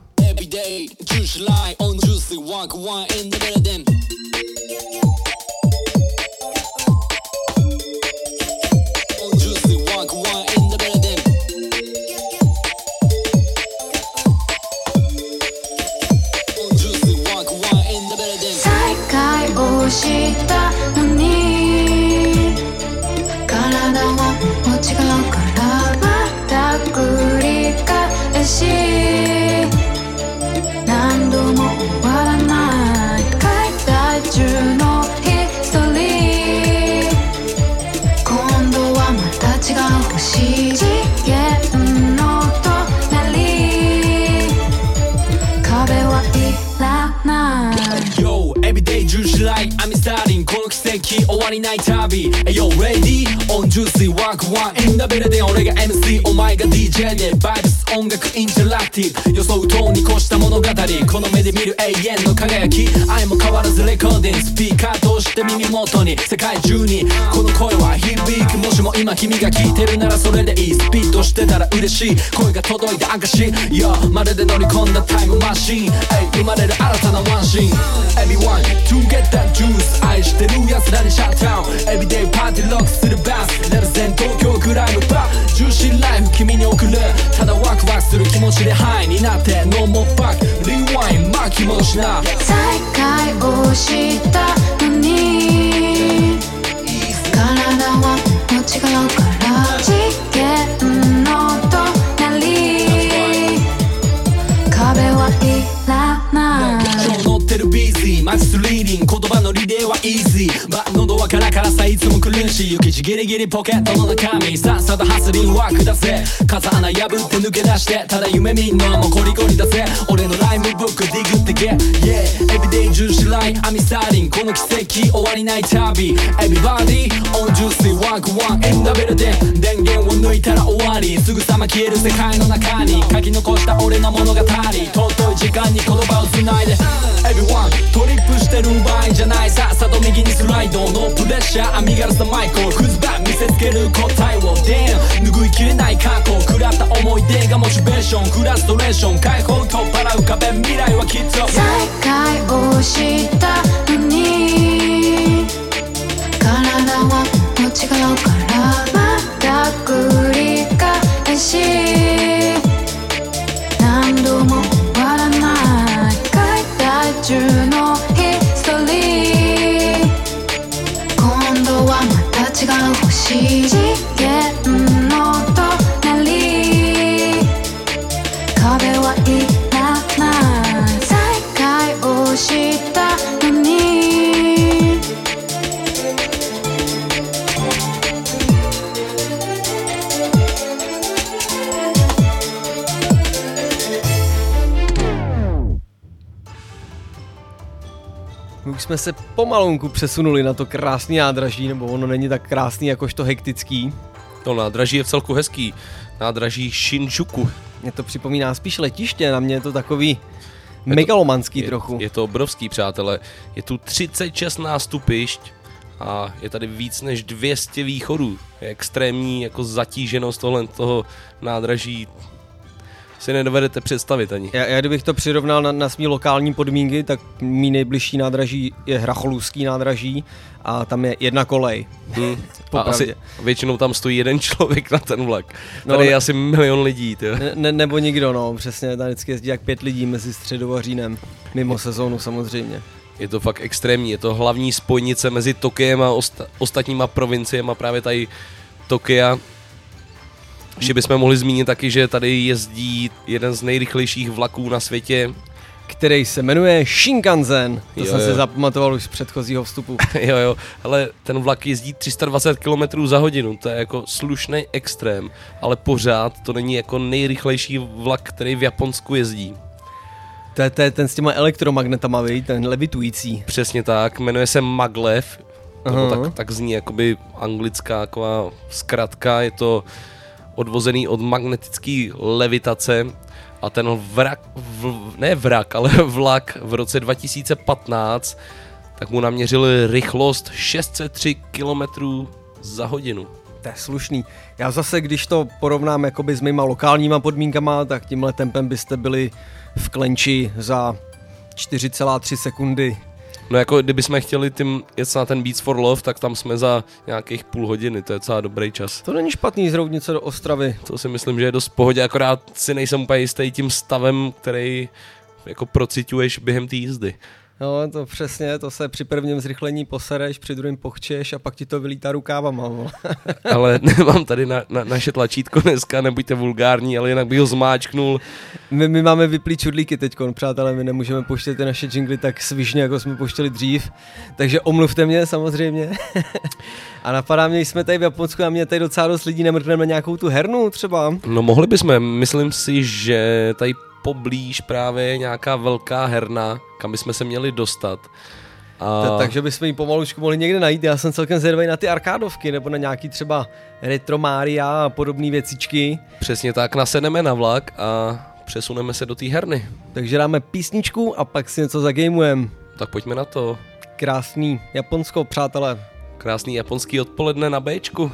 I'm starting この奇跡終わりない旅 Hey yo ready on juicy walk one in the building で俺が エムシー お前が ディージェー で Vibes 音楽インタラクティブ予想通り越した物語この目で見る永遠の輝き愛も変わらずレコーディングスピーカーとして耳元に世界中にこの声は響くもしも今君が聞いてるならそれでいいスピードしてたら嬉しい声が届いた証 Yo まるで乗り込んだタイムマシーン Ay 生まれる新たなワンシーン Everyone to get that juice 愛してる奴らにシャットダウン Everyday パーティーロックするバスレルゼン東京クライムバージューシーライフ君に送るただワクワクする気持ちでハイになってノーモーバックリワイン巻き戻しな再会をしたのに体はもう違うから次元の隣壁はいらない今日乗ってるビーズィーマッチするリーディング言葉のリレーはイージーバッ喉はカラカラさいつも苦しい雪地ギリギリポケットの中身さっさとハスリンワークだぜ風穴破って抜け出してただ夢見んのはもうゴリゴリだぜ俺のライムブックディグってけ Yeah everyday 重視ラインアミスターリンこの奇跡終わりない旅 Everybody on juicy one one M ラベルで電源を抜いたら終わりすぐさま消える世界の中に書き残した俺の物語尊い時間に言葉をつないで Everyone トリップしてる場合じゃないさっさと右にスライドノープレッシャーアミガラスマイコークズバッ見せつける答えを Damn 拭いきれない過去食らった思い出がモチベーションフラストレーション解放取っ払う壁未来はきっと再会をしたのに体はもう違うからまた繰り返し何度も終わらない解体中のヒストリー今度はまた違う星次元の隣壁はいらない再会をしたのに Už jsme se pomalonku přesunuli na to krásný nádraží, nebo ono není tak krásný, jakožto hektický. To nádraží je vcelku hezký. Nádraží Shinjuku. Mě to připomíná spíš letiště, na mě je to takový megalomanský je, trochu. Je to obrovský, přátelé. Je tu třicet šest nástupišť a je tady víc než dvě stě východů. Je extrémní jako zatíženost tohle toho nádraží. Si nedovedete představit ani. Já, já kdybych to přirovnal na, na svý lokální podmínky, tak mý nejbližší nádraží je Hracholůský nádraží a tam je jedna kolej. Hmm. A asi většinou tam stojí jeden člověk na ten vlak. Tady no, je asi milion lidí. Ne, ne, nebo nikdo, no, přesně. Tady vždycky jezdí jak pět lidí mezi Středou a Řínem. Mimo sezónu samozřejmě. Je to fakt extrémní. Je to hlavní spojnice mezi Tokiem a osta- ostatníma provinciemi, právě tady Tokia. Ještě bychom mohli zmínit taky, že tady jezdí jeden z nejrychlejších vlaků na světě, který se jmenuje Shinkansen. To jo, jsem jo. si zapamatoval už z předchozího vstupu. jo, jo, ale ten vlak jezdí tři sta dvacet kilometrů za hodinu, to je jako slušný extrém, ale pořád to není jako nejrychlejší vlak, který v Japonsku jezdí. To je, to je ten s těma elektromagnetama, víš, ten levitující. Přesně tak, jmenuje se Maglev, Aha. tak, tak zní jakoby anglická taková zkratka, je to odvozený od magnetické levitace a ten vrak, v, ne vrak, ale vlak v roce dva tisíce patnáct, tak mu naměřil rychlost šest set tři kilometrů za hodinu. To je slušný. Já zase, když to porovnám jakoby s mýma lokálníma podmínkama, tak tímhle tempem byste byli v klenči za čtyři celé tři sekundy. No jako kdybychom chtěli tím jet na ten Beats for Love, tak tam jsme za nějakých půl hodiny, to je docela dobrý čas. To není špatný z Roudnice do Ostravy. To si myslím, že je dost v pohodě, akorát si nejsem úplně jistý tím stavem, který jako procituješ během té jízdy. No to přesně, to se při prvním zrychlení posereš, při druhém pochčeš a pak ti to vylítá rukávama. Ale nemám tady na, na, naše tlačítko dneska, nebuďte vulgární, ale jinak bych ho zmáčknul. My, my máme vyplý čudlíky teďkon, přátelé, my nemůžeme pouštět ty naše jingly tak svižně, jako jsme pouštěli dřív, takže omluvte mě samozřejmě. A napadá mě, jsme tady v Japonsku a mě tady docela dost lidí, nemrkneme na nějakou tu hernu třeba. No mohli bychom, myslím si, že tady poblíž právě nějaká velká herna, kam bychom se měli dostat. A... Ta, takže bychom ji pomalučku mohli někde najít. Já jsem celkem zvědavý na ty arkádovky, nebo na nějaký třeba Retro Maria a podobné věcičky. Přesně tak, nasedneme na vlak a přesuneme se do té herny. Takže dáme písničku a pak si něco zagamujeme. Tak pojďme na to. Krásný Japonsko, přátelé. Krásný japonský odpoledne na Bčku.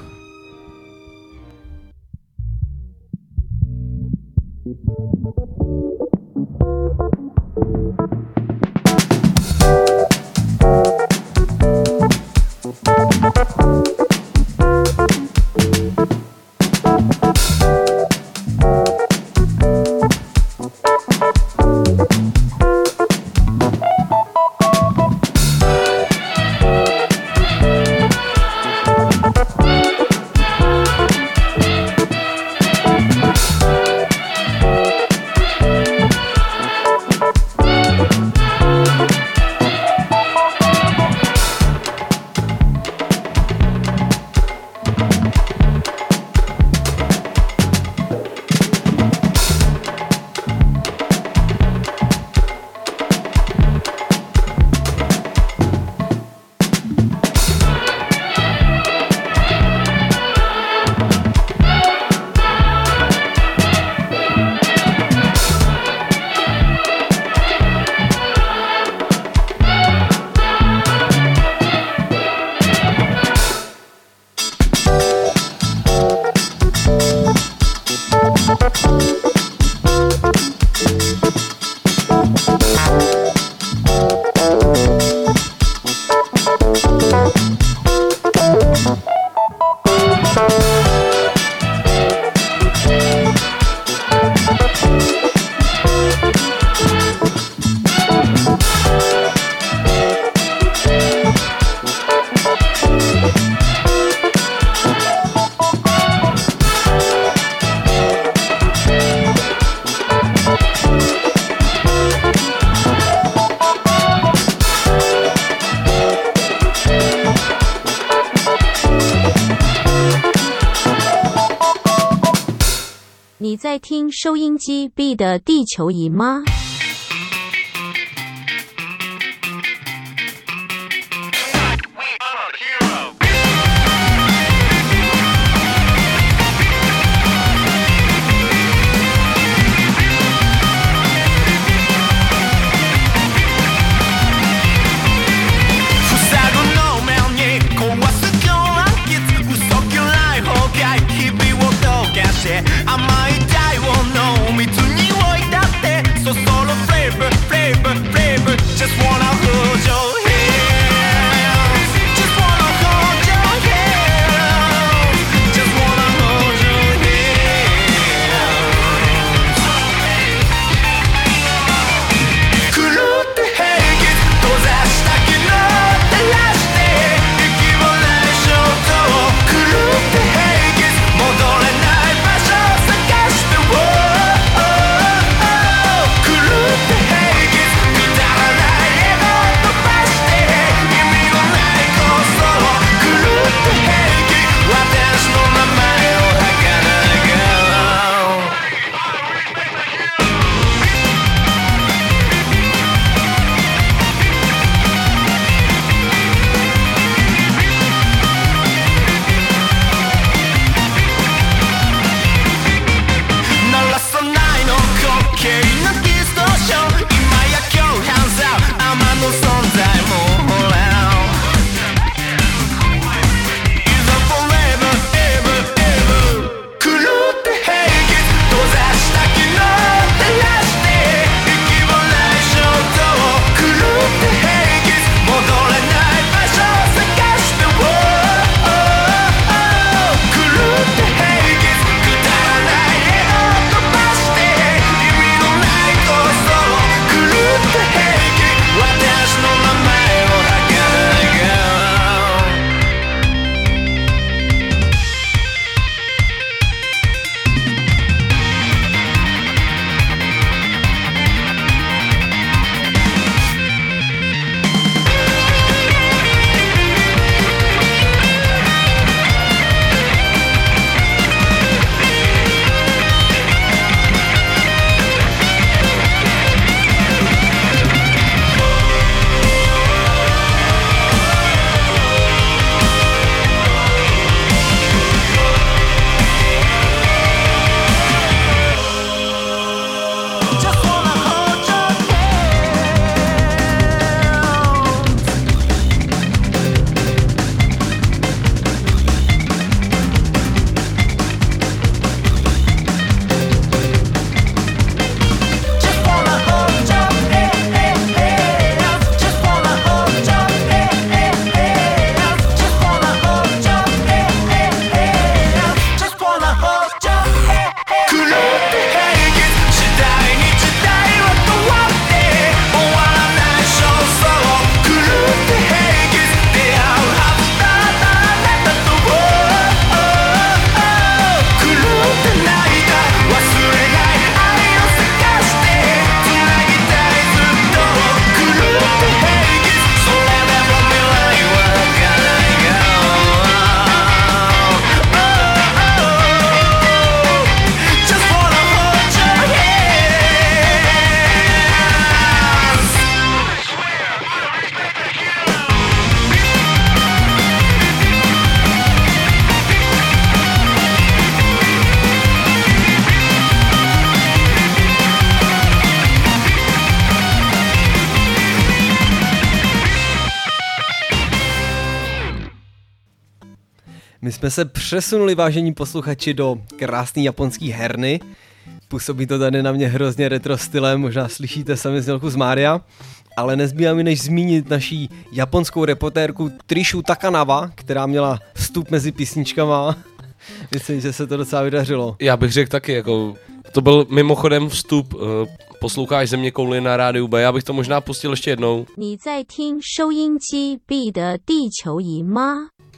你在听收音机 B 的地球仪吗？ My jsme se přesunuli, vážení posluchači, do krásný japonský herny. Působí to tady na mě hrozně retro stylem, možná slyšíte sami znělku z Mária. ale nezbývá mi než zmínit naší japonskou reportérku Trishu Takanawa, která měla vstup mezi písničkama. Myslím, že se to docela vydařilo. Já bych řekl taky, jako to byl mimochodem vstup, uh, posloucháš Zeměkouli na rádiu B, já bych to možná pustil ještě jednou. 你在听收音机 B 的地球仪吗？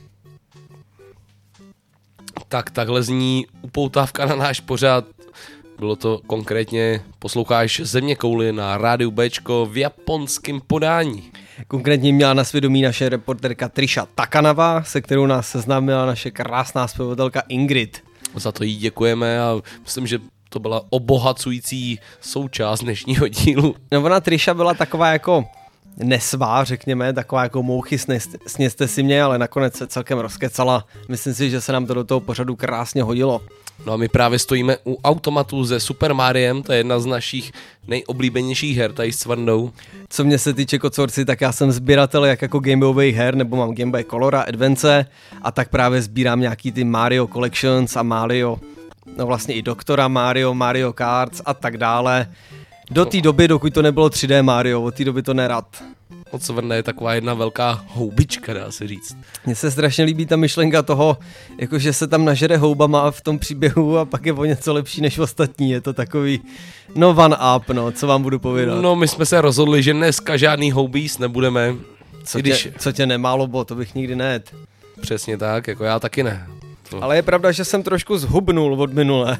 Tak takhle zní upoutávka na náš pořad. Bylo to konkrétně posloucháš Zeměkouli na rádiu Bčko v japonském podání. Konkrétně měla na svědomí naše reportérka Trisha Takanawa, se kterou nás seznámila naše krásná zpěvatelka Ingrid. Za to jí děkujeme a myslím, že to byla obohacující součást dnešního dílu. No ona Trisha byla taková jako nesvá, řekněme, taková jako mouchy, sněste si mě, ale nakonec se celkem rozkecala. Myslím si, že se nám to do toho pořadu krásně hodilo. No a my právě stojíme u automatu se Super Mariem, to je jedna z našich nejoblíbenějších her tady s Cvrndou. Co mě se týče kocorci, tak já jsem sběratel jak jako Gameboyových her, nebo mám Game Boy Color a Advance a tak právě sbírám nějaký ty Mario Collections a Mario, no vlastně i Doktora Mario, Mario Karts a tak dále. Do té doby, dokud to nebylo tři dé Mario, od té doby to nerad. Od Cvrnda je taková jedna velká houbička, dá se říct. Mně se strašně líbí ta myšlenka toho, jakože se tam nažere houbama v tom příběhu a pak je o něco lepší než ostatní. Je to takový, no one up, no, co vám budu povědat. No my jsme se rozhodli, že dneska žádný houbís nebudeme. Co, když... tě, co tě nemálo, bo, to bych nikdy nejet. Přesně tak, jako já taky ne. To... Ale je pravda, že jsem trošku zhubnul od minule.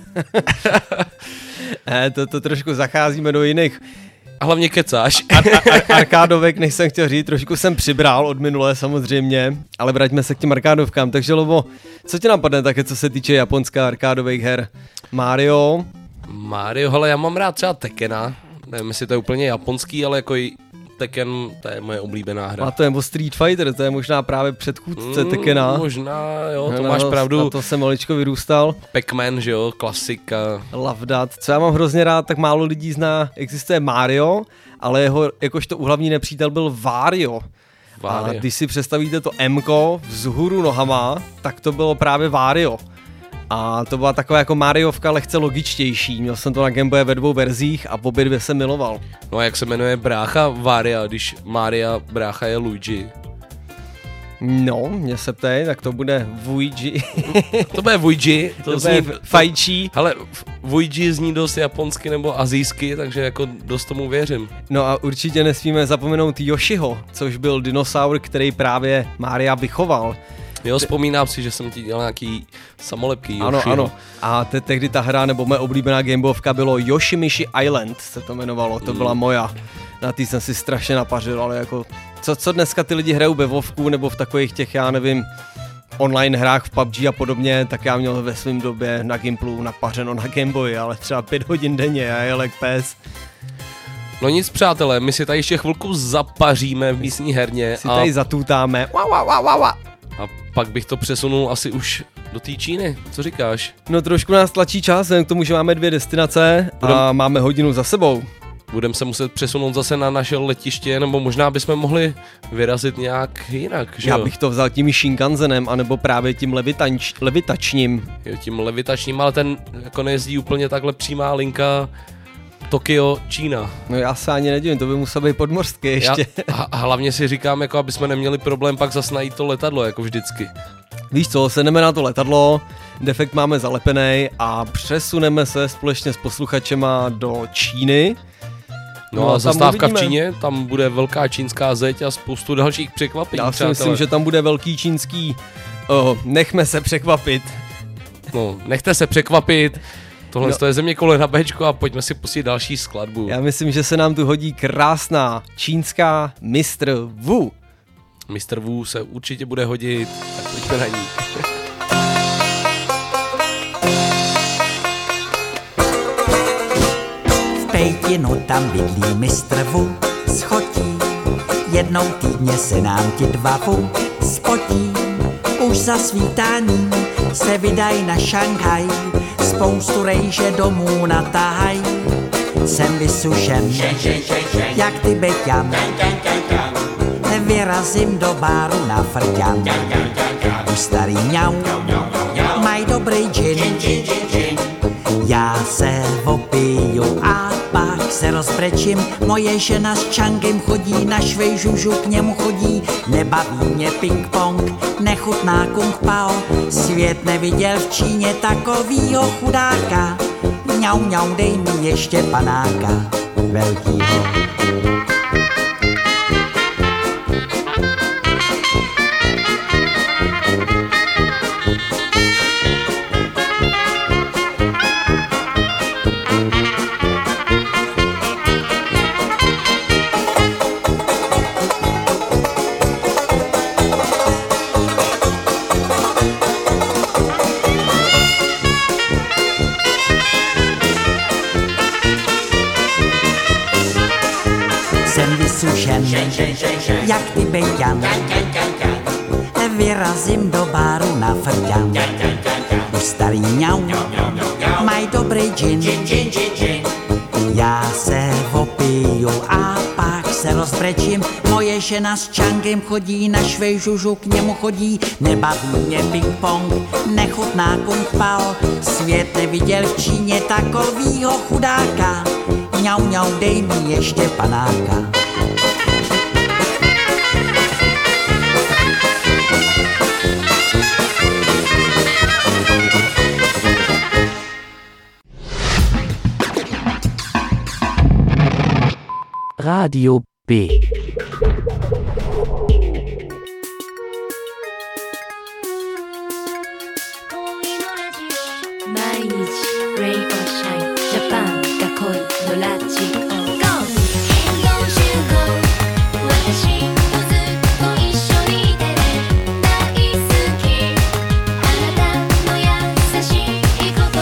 ne, to, to trošku zacházíme do jiných. A hlavně kecáš. Ar- ar- arkádovek, než jsem chtěl říct, trošku jsem přibral od minulé samozřejmě, ale vraťme se k těm arkádovkám. Takže Lobo, co tě napadne také, co se týče japonská arkádových her? Mario? Mario, hele, já mám rád třeba Tekena, nevím, jestli to je úplně japonský, ale jako i Tekken, to je moje oblíbená hra. A to je Street Fighter, to je možná právě předchůdce mm, Tekkena. Možná, jo, to no, máš pravdu. Na to jsem maličko vyrůstal. Pac-Man, že jo, klasika. Love that. Co já mám hrozně rád, tak málo lidí zná, existuje Mario, ale jeho jakožto uhlavní nepřítel byl Wario. Wario. A když si představíte to M-ko vzhůru nohama, tak to bylo právě Wario. A to byla taková jako Mariovka lehce logičtější. Měl jsem to na Game Boye ve dvou verzích a obě dvě jsem miloval. No a jak se jmenuje brácha Waria, když Maria brácha je Luigi? No, mě se ptej, tak to bude Luigi. To bude Luigi. To, to zní fajčí. Hele, Luigi zní dost japonsky nebo asijsky, takže jako dost tomu věřím. No a určitě nesmíme zapomenout Yoshiho, což byl dinosaur, který právě Mária vychoval. Jo, vzpomínám si, že jsem ti dělal nějaký samolepky Yoshiho. Ano, ano. A te- tehdy ta hra, nebo moje oblíbená Gameboyovka bylo Yoshimichi Island, se to jmenovalo, to byla moja. Na tý jsem si strašně napařil, ale jako, co, co dneska ty lidi hrajou ve Vovku, nebo v takových těch, já nevím, online hrách v P U B G a podobně, tak já měl ve svém době na Gimplu napařeno na Gameboy, ale třeba pět hodin denně a jel jak pes. No nic, přátelé, my si tady ještě chvilku zapaříme v místní herně. Si tady a... zatutáme. Wa, wa, wa, wa, wa. A pak bych to přesunul asi už do té Číny. Co říkáš? No trošku nás tlačí čas, k tomu, že máme dvě destinace Budem... a máme hodinu za sebou. Budeme se muset přesunout zase na naše letiště, nebo možná bychom mohli vyrazit nějak jinak, že Já jo? bych to vzal tím Shinkansenem, anebo právě tím levitanč, levitačním. Jo, tím levitačním, ale ten jako nejezdí úplně takhle přímá linka Tokio, Čína. No já se ani nedivím, to by muselo být podmořské ještě. Já, a hlavně si říkám, jako aby jsme neměli problém pak zas najít to letadlo, jako vždycky. Víš co, sedneme na to letadlo, defekt máme zalepený a přesuneme se společně s posluchačema do Číny. No, no a zastávka v Číně, tam bude velká čínská zeď a spoustu dalších překvapení. Já si myslím, že tam bude velký čínský, oh, nechme se překvapit. No, nechte se překvapit. Tohle no. je Zeměkoule na Bčko a pojďme si pustit další skladbu. Já myslím, že se nám tu hodí krásná čínská mistr Wu. mistr Wu se určitě bude hodit, tak pojďme na ní. V Pekinu tam bydlí mistr Wu z chotí. Jednou týdně se nám ti dva Wu spotí. Už za svítání se vydaj na Šanghaj. Spoustu rejže domů natáhaj. Jsem vysušen, jak ty beťam. Vyrazím do báru na frťam. Už starý mňau, maj dobrý džin. Já se opiju a pak se rozbrečím. Moje žena s Čangem chodí, na švej žužu k němu chodí. Nebaví mě ping-pong, nechutná kung pao. Svět neviděl v Číně takovýho chudáka. Mňau, mňau, dej mi ještě panáka velkýho. Jak ty bejťan, vyrazím do baru na frťan. Už starý ňau, maj dobrý džin. Já se opiju a pak se rozbrečím. Moje žena s Čangem chodí, na švej žužu k němu chodí. Nebaví mě ping-pong, nechutná kung pao. Svět neviděl v Číně takovýho chudáka. Mňau, mňau, dej mi ještě panáka. Radio B. 毎日 Rain or Shine Japan が恋のラジオ Go! 変動集合私とずっと一緒にいてね大好きあなたの優しい言葉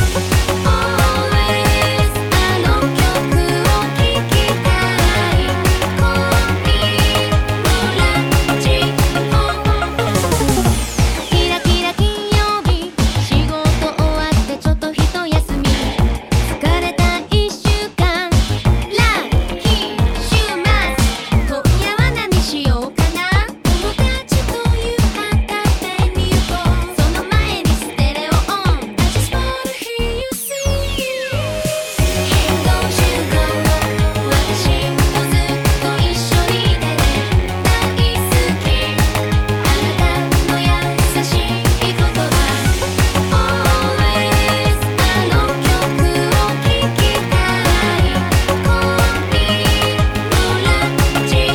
Always あの曲を聴きたい恋のラジオキラキラ金曜日仕事終わってちょっと一休み疲れた一週間ラッキー週末今夜は何しようかな友達と夕飯食べに行こうその前にステレオオン I just wanna hear you sing 変動集合私とずっと一緒にいてね大好きあなたの優しい言葉 Always あの曲を聴きたい恋のラジ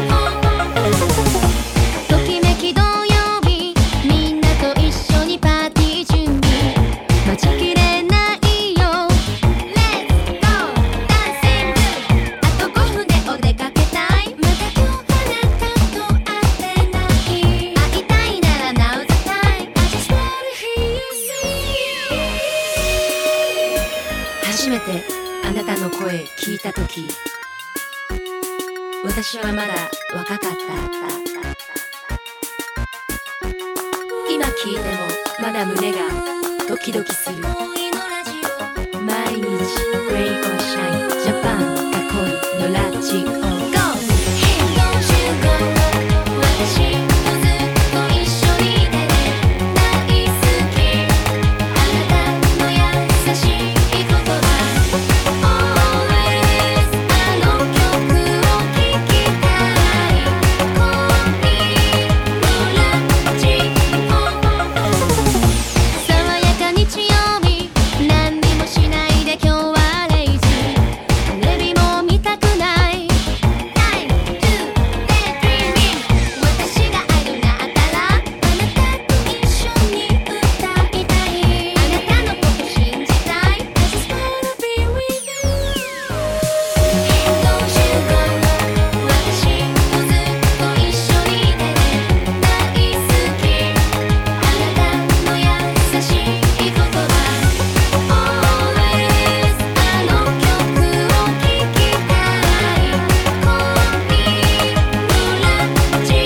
オときめき土曜日みんなと一緒にパーティー準備待ちきれないよ Let's go ダンシングあとごふんでお出かけたいまだ今日あなたと会ってない会いたいなら Now's the time I just wanna hear you sing 初めてあなたの声聞いたとき私はまだ若かった今聞いてもまだ胸がドキドキする毎日 Rain or Shine Japan が恋のラジオ Go! 変動集合私とずっと一緒にいてね大好きあなたの優しい言葉 Always あの曲を聴きたい恋のラジオ爽やか日曜日何にもしないで今日はレイジーテレビも見たくないナイン、ツー、デイドリーミング私がアイドルになったらあなたと一緒に歌いたいあなたのこと信じたい I just wanna be with you 変動集合私とずっと一緒にいてね大好きあなたの優しい言葉 Always あの曲を聴きたい恋のラジ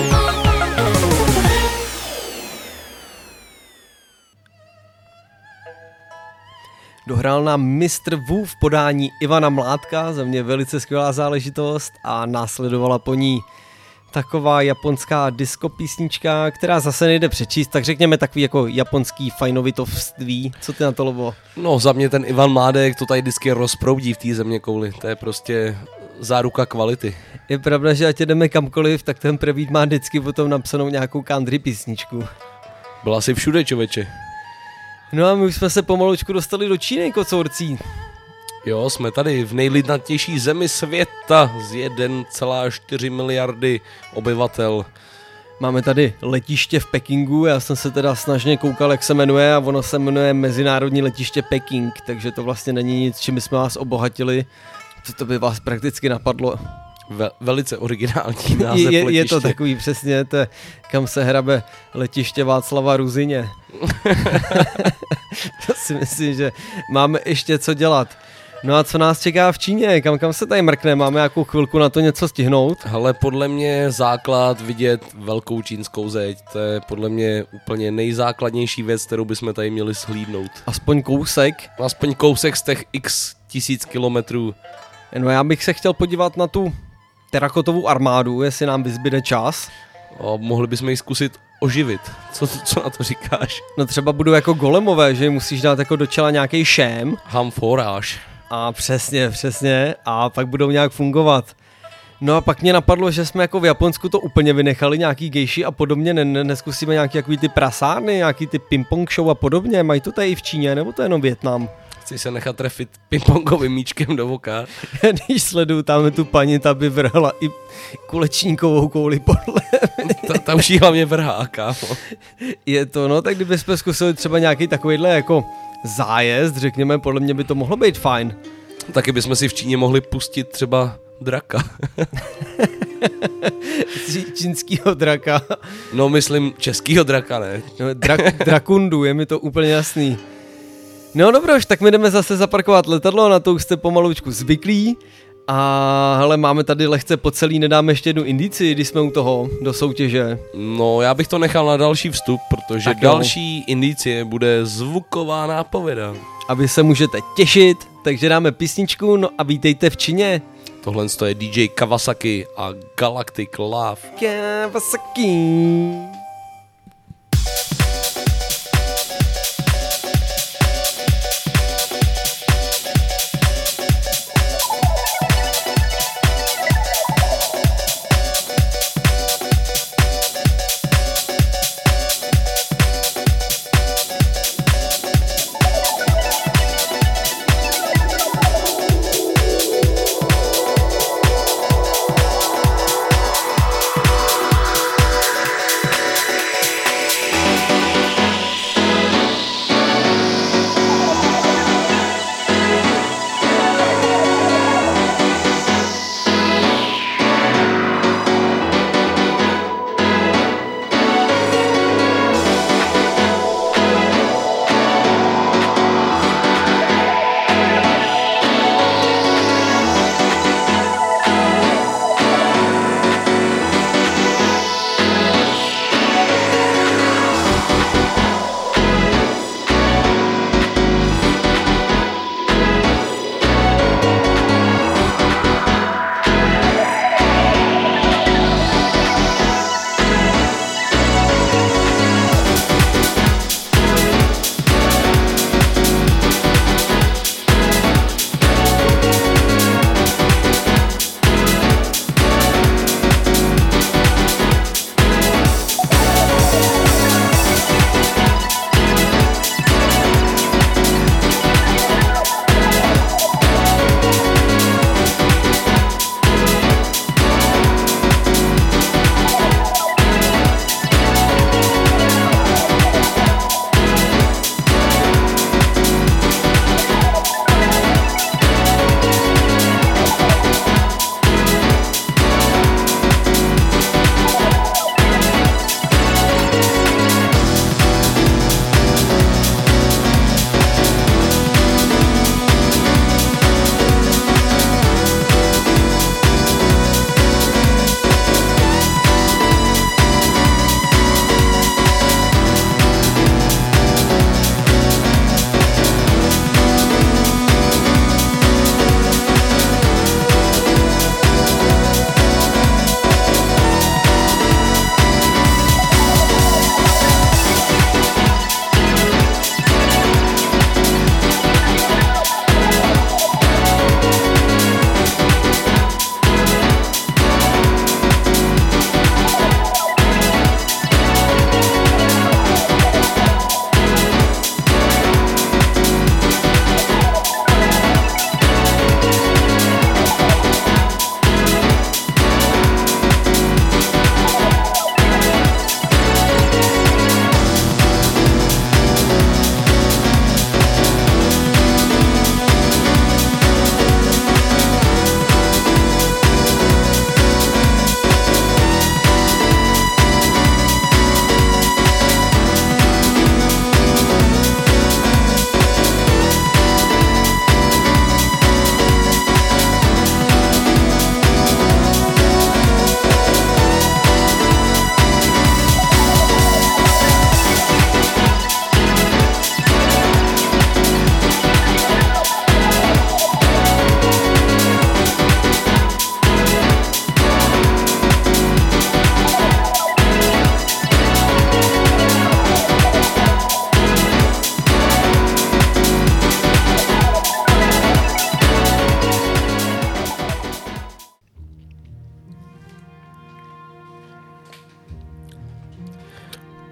Dohrál nám mistr Wu v podání Ivana Mládka, za mě velice skvělá záležitost a následovala po ní taková japonská disco písnička, která zase nejde přečíst, tak řekněme takový jako japonský fajnovitovství. Co ty na to, Lobo? No za mě ten Ivan Mládek to tady vždycky rozproudí v té zeměkouli, to je prostě záruka kvality. Je pravda, že ať jdeme kamkoliv, tak ten Prevíd má vždycky potom napsanou nějakou country písničku. Byla asi všude, člověče. No a my už jsme se pomalučku dostali do Číny, kocourcí. Jo, jsme tady v nejlidnatější zemi světa z jedna celá čtyři miliardy obyvatel. Máme tady letiště v Pekingu, já jsem se teda snažně koukal, jak se jmenuje, a ono se jmenuje Mezinárodní letiště Peking, takže to vlastně není nic, čím jsme vás obohatili. Co to by vás prakticky napadlo? Ve, velice originální název je, je, letiště. Je to takový přesně, to je, kam se hrabe letiště Václava Ruzině. To si myslím, že máme ještě co dělat. No a co nás čeká v Číně? Kam, kam se tady mrkne? Máme nějakou chvilku na to něco stihnout? Hele, podle mě základ vidět velkou čínskou zeď. To je podle mě úplně nejzákladnější věc, kterou bychom tady měli shlídnout. Aspoň kousek? Aspoň kousek z těch x tisíc kilometrů. No já bych se chtěl podívat na tu terakotovou armádu, jestli nám vyzbyde čas. A mohli bychom ji zkusit oživit. Co, co na to říkáš? No třeba budou jako golemové, že musíš dát jako do čela nějaký šém. Hamforáž. A přesně, přesně. A pak budou nějak fungovat. No a pak mě napadlo, že jsme jako v Japonsku to úplně vynechali, nějaký gejši a podobně, ne, ne, neskusíme nějaký takový ty prasárny, nějaký ty ping-pong show a podobně. Mají to tady i v Číně, nebo to je jenom Vietnam? Chci se nechat trefit pingpongovým míčkem do voka. Když sleduju tam tu paní, ta by vrhla i kulečníkovou kouli podle mě. Ta, ta už jí hlavně vrhá, kámo. Je to, no, tak kdybychom zkusili třeba nějaký takovýhle jako zájezd, řekněme, podle mě by to mohlo být fajn. Taky bychom si v Číně mohli pustit třeba draka. Čínskýho draka. No, myslím českýho draka, ne? No, drak, drakundu, je mi to úplně jasný. No dobroš, tak my jdeme zase zaparkovat letadlo, na to už jste pomalučku zvyklí. A hele, máme tady lehce po celý, nedáme ještě jednu indici, když jsme u toho, do soutěže. No, já bych to nechal na další vstup, protože tak další jo. indicie bude zvuková nápověda. A vy se můžete těšit, takže dáme písničku, no a vítejte v Číně. Tohle je D J Kawasaki a Galactic Love. Kawasaki.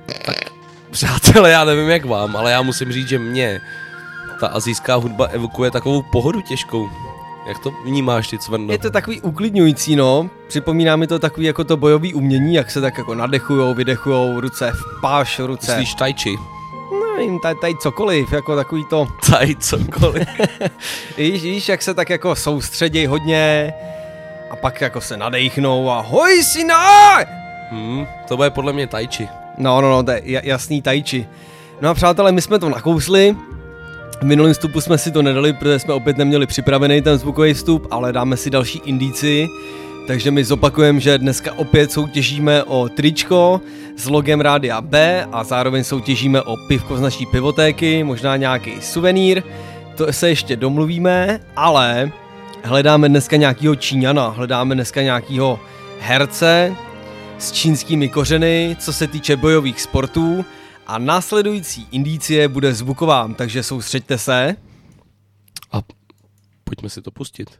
Tak, přátelé, já nevím jak vám, ale já musím říct, že mě ta asijská hudba evokuje takovou pohodu těžkou. Jak to vnímáš ty, Cvrno? Je to takový uklidňující, no. Připomíná mi to takový jako to bojový umění, jak se tak jako nadechujou, vydechujou, ruce v páš, ruce. Myslíš tai chi? Nevím, tady, tady cokoliv, jako takový to... Tady cokoliv. víš, víš, jak se tak jako soustředěj hodně a pak jako se nadechnou a hoj si na! Hmm, to bude podle mě tai chi. No, no, no, to je jasný tai chi. No a přátelé, my jsme to nakousli. V minulém vstupu jsme si to nedali, protože jsme opět neměli připravený ten zvukový vstup, ale dáme si další indici. Takže my zopakujeme, že dneska opět soutěžíme o tričko s logem Rádia B a zároveň soutěžíme o pivko z naší pivotéky, možná nějaký suvenýr. To se ještě domluvíme, ale hledáme dneska nějakýho Číňana, hledáme dneska nějakýho herce s čínskými kořeny, co se týče bojových sportů. A následující indicie bude zvuková, takže soustřeďte se. A pojďme si to pustit.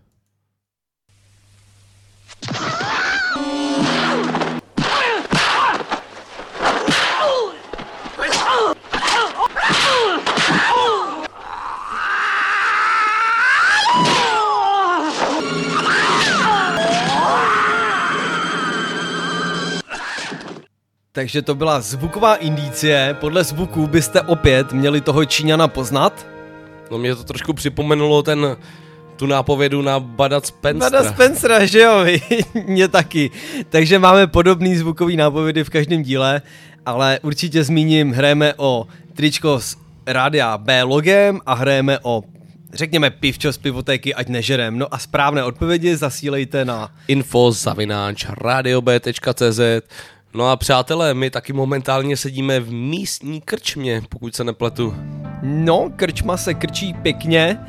Takže to byla zvuková indicie, podle zvuků byste opět měli toho Číňana poznat. No mě to trošku připomenulo ten, tu nápovědu na Bada Spencera. Bada Spencera, že jo, mě taky. Takže máme podobný zvukový nápovědy v každém díle, ale určitě zmíním, hrajeme o tričko s Rádia B logem a hrajeme o, řekněme, pivčo z pivotéky, ať nežerem. No a správné odpovědi zasílejte na info zavináč radio b tečka cé zet. No a přátelé, my taky momentálně sedíme v místní krčmě, pokud se nepletu. No, krčma se krčí pěkně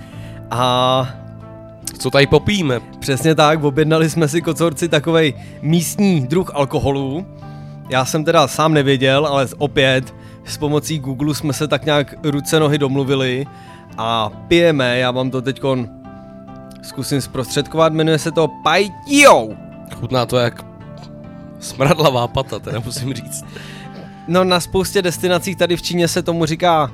a... Co tady popijeme? Přesně tak, objednali jsme si kocorci takovej místní druh alkoholu. Já jsem teda sám nevěděl, ale opět s pomocí Google jsme se tak nějak ruce nohy domluvili a pijeme, já vám to teďkon zkusím zprostředkovat, jmenuje se to Paitio. Chutná to jak smradlavá pata, teda musím říct. No na spoustě destinacích tady v Číně se tomu říká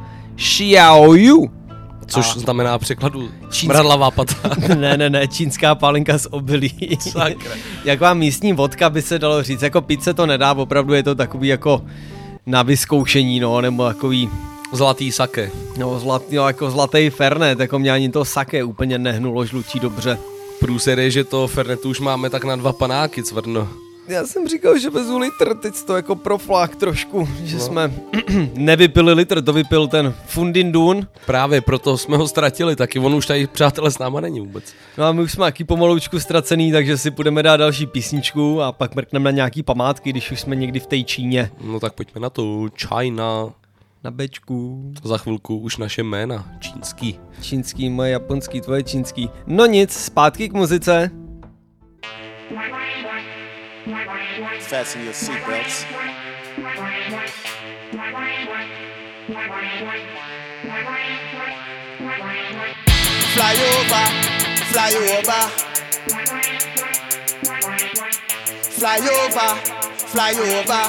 Xiaoyu. Což a znamená překladu smradlavá pata. ne, ne, ne, čínská pálenka z obilí. Sakra. Jaková místní vodka by se dalo říct, jako pít se to nedá, opravdu je to takový jako na vyzkoušení, no, nebo takový... Zlatý sake. No, zlatý, no, jako zlatý fernet, jako mě ani to sake úplně nehnulo žlutí dobře. Průser je, že to fernetu už máme tak na dva panáky, Cvrno. Já jsem říkal, že vezu litr, teď to jako proflák trošku, že no. jsme nevypili litr, to vypil ten Fundindun. Právě proto jsme ho ztratili, taky on už tady, přátelé, s náma není vůbec. No a my už jsme taky pomaloučku ztracený, takže si budeme dát další písničku a pak mrkneme na nějaký památky, když už jsme někdy v té Číně. No tak pojďme na to, China. Na bečku. Za chvilku už naše jména, čínský. Čínský, moje japonský, tvoje čínský. No nic, zpátky k muzice. Fasten your seatbelts. Fly over, fly over. Fly over, fly over.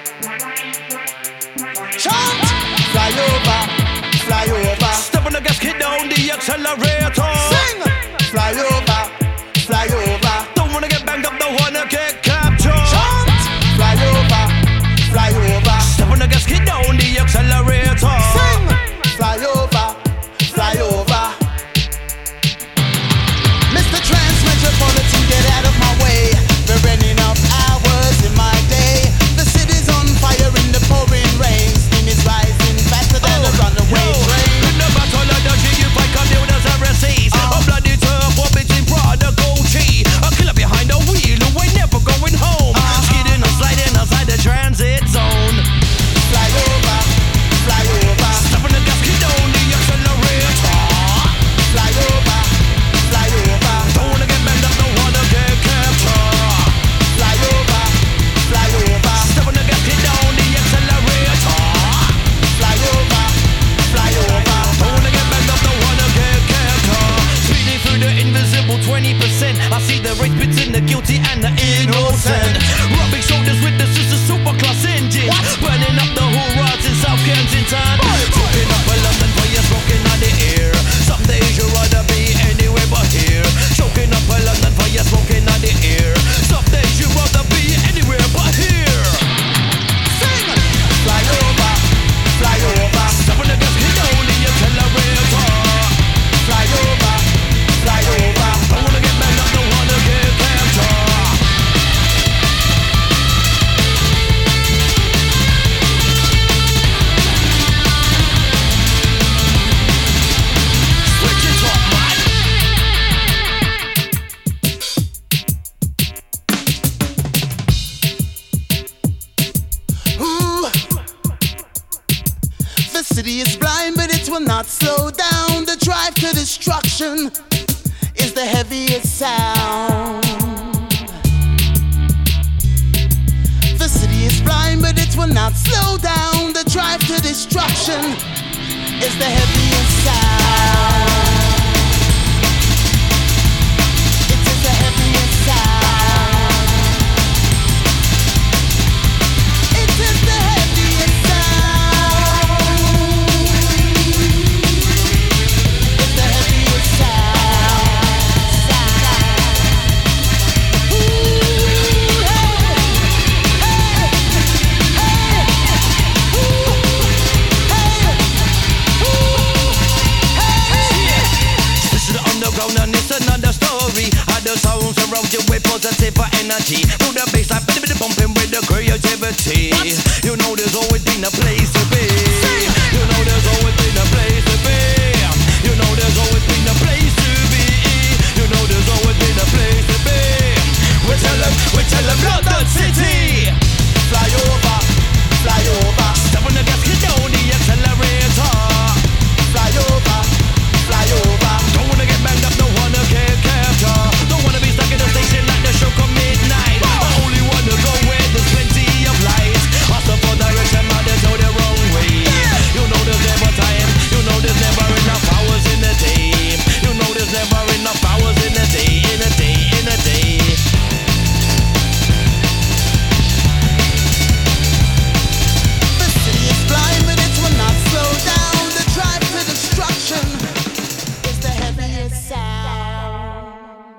Chant! Fly over, fly over. Step on the gas, hit down the accelerator. Sing! Fly over, fly over. Don't wanna get banged up, don't wanna get captured. Chant! Fly over, fly over. Step on the gas, hit down the accelerator. Sing! Fly over, fly over. Mister Transmetropolitan, get out of my way. We're running up hours in my day. The city's on fire in the pouring rain. Steam is rising faster than oh, a runaway yo, train. In the battle of the G, you fight computers and receive. city is blind, but it will not slow down. The drive to destruction is the heaviest sound. The city is blind, but it will not slow down. The drive to destruction is the heaviest sound. It is the heaviest sound. It is the heaviest sound. It's the heaviest sound. Sound. Ooh, hey, hey, hey, ooh, hey, ooh, hey. This is the underground and it's another story. How the sounds around you with positive energy. Through the bass like bit bit bumping with the creativity. You know there's always been a place to be. You know there's always been a place to be. You know there's always been a place to be. You know there's always been a place to be. We tell them, we tell them London City. Fly over, fly over. Step on the gas, get down the accelerator. Fly over, fly over. Don't wanna get banged up, don't wanna get captured. Don't wanna be stuck in the station like the show come midnight. I only wanna go where there's plenty of light. Ask for direction, but there's no the wrong way. You know there's never time. You know there's never enough hours in the day. You know there's never enough hours in the day, in a day, in a day. The city is blind, but it will not slow down. The drive to destruction is the heaviest sound.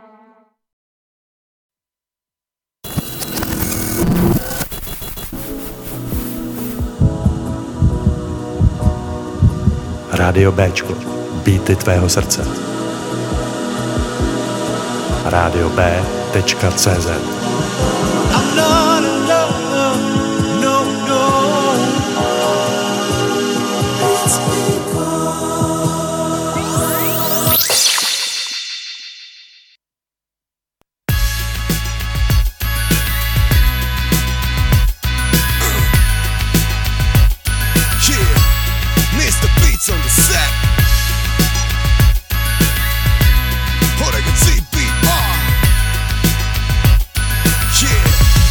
Rádio Béčko. Beaty tvého srdce. rádio bé tečka cé zet. I'm not alone, no, no. It's Yeah, Mister Beats on the set. Horega T B R. Yeah,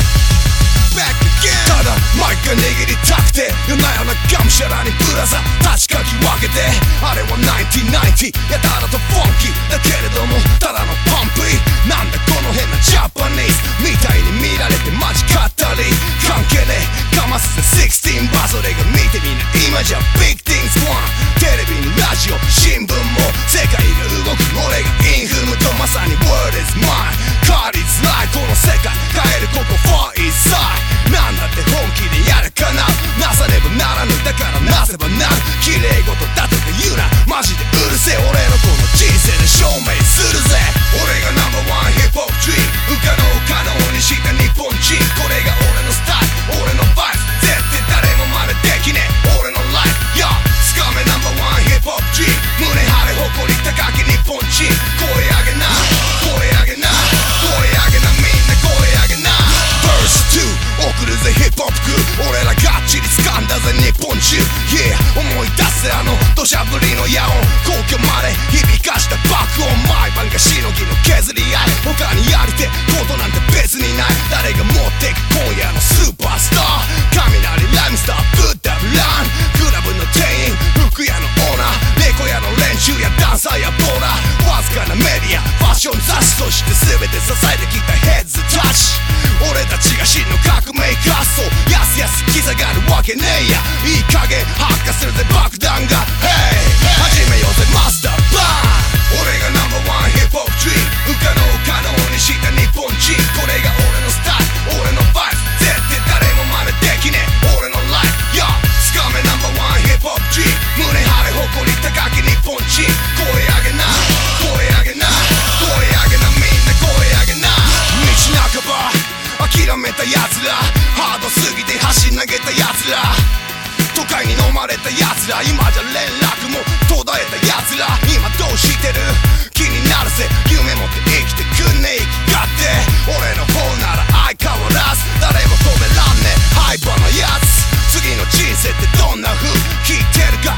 back again. ただマイクが握りたくて夜な夜ながむしゃらにぶらさ立ちかき分けてあれはナインティナインティやたらとフォンキーだけれどもただのパンプイなんだこの変なジャパニーズみたいに見られてマジかったり関係ねえかますぜじゅうろくバそれが見てみんな今じゃビッグティングスワンテレビにラジオ新聞も世界が動く俺がインフムとまさに Word is mine 変わりづらいこの世界変えるここ Far East Side なんだって本気でやるかななさねばならぬだからなせばなる綺麗事だとか言うなマジでうるせえ俺のこの人生で証明するぜ俺がナンバーワンヒップホップドリーム不可能を可能にした日本人これが俺のスタイル俺のバイブ絶対誰も真似できねえ俺のライフ Yo つかめナンバーワンヒップホップドリーム胸張れ誇り高き日本人声上げな声上げな声上げなみんな声上げな Verse ツー送るぜヒップホップク俺らがっちり掴んだぜ日本中 Yeah 思い出せあの土砂降りの野音皇居まで響かした爆音毎晩がしのぎの削り合い他にやりてことなんて別にない誰が持ってく今夜のスーパースター雷ライムスターブッダブランクラブの店員服屋のオーナーレコ屋の連中やダンサーやボーラーわずかなメディアファッション雑誌として全て支えてきたヘッズタッチ俺たちが真の革命活動やすやす刻がるわけねえやいい加減発火するぜ爆弾が Hey 始めようぜマスターバーン俺がナンバーワンヒップホップドリーム不可能を可能にした日本人これが俺のスタイル俺のバイブ絶対誰も真似できねえ俺のライフ Yo つかめナンバーワンヒップホップドリーム胸張れ誇り高き日本人声上げな声上げな声上げなみんな声上げな道半ば諦めた奴らハードすぎて走り投げた奴ら都会に飲まれた奴ら今じゃ連絡も途絶えた奴ら今どうしてる気になるぜ夢持って生きてくんねえ生きがって俺の方なら相変わらず誰も止めらんねえハイパーなやつ次の人生ってどんな風聞いてるか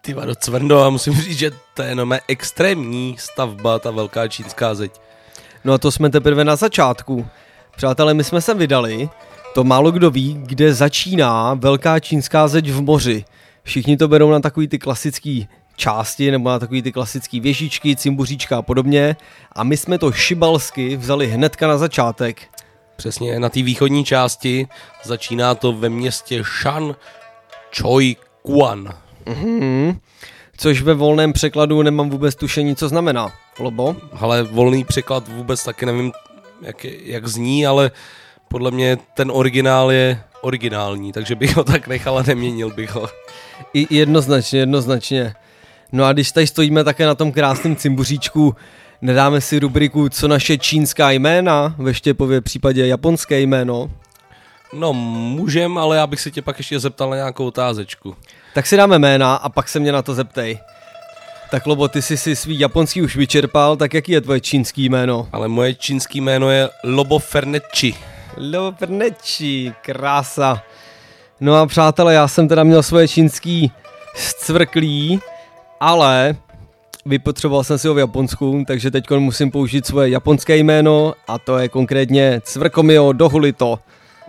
Ty vado, Cvrndo, a musím říct, že to je jenom extrémní stavba, ta velká čínská zeď. No a to jsme teprve na začátku. Přátelé, my jsme se vydali, to málo kdo ví, kde začíná velká čínská zeď v moři. Všichni to berou na takový ty klasický části, nebo na takový ty klasický věžičky, cimbuříčka a podobně. A my jsme to šibalsky vzali hnedka na začátek. Přesně, na té východní části začíná to ve městě Shan Choi Kuan. Mhm. Což ve volném překladu nemám vůbec tušení, co znamená. Lobo? Ale volný překlad vůbec taky nevím, jak, jak zní, ale podle mě ten originál je originální, takže bych ho tak nechal a neměnil bych ho. I jednoznačně, jednoznačně. No a když tady stojíme také na tom krásném cimbuříčku, nedáme si rubriku Co naše čínská jména, ve Štěpově případě japonské jméno? No můžem, ale já bych se tě pak ještě zeptal na nějakou otázečku. Tak si dáme jména a pak se mě na to zeptej. Tak Lobo, ty jsi si svý japonský už vyčerpal, tak jaký je tvoje čínský jméno? Ale moje čínský jméno je Lobo Fernecci. Lobo Fernecci, krása. No a přátelé, já jsem teda měl svoje čínský zcvrklý, ale vypotřeboval jsem si ho v Japonsku, takže teď musím použít svoje japonské jméno a to je konkrétně Cvrkomio Dohulito.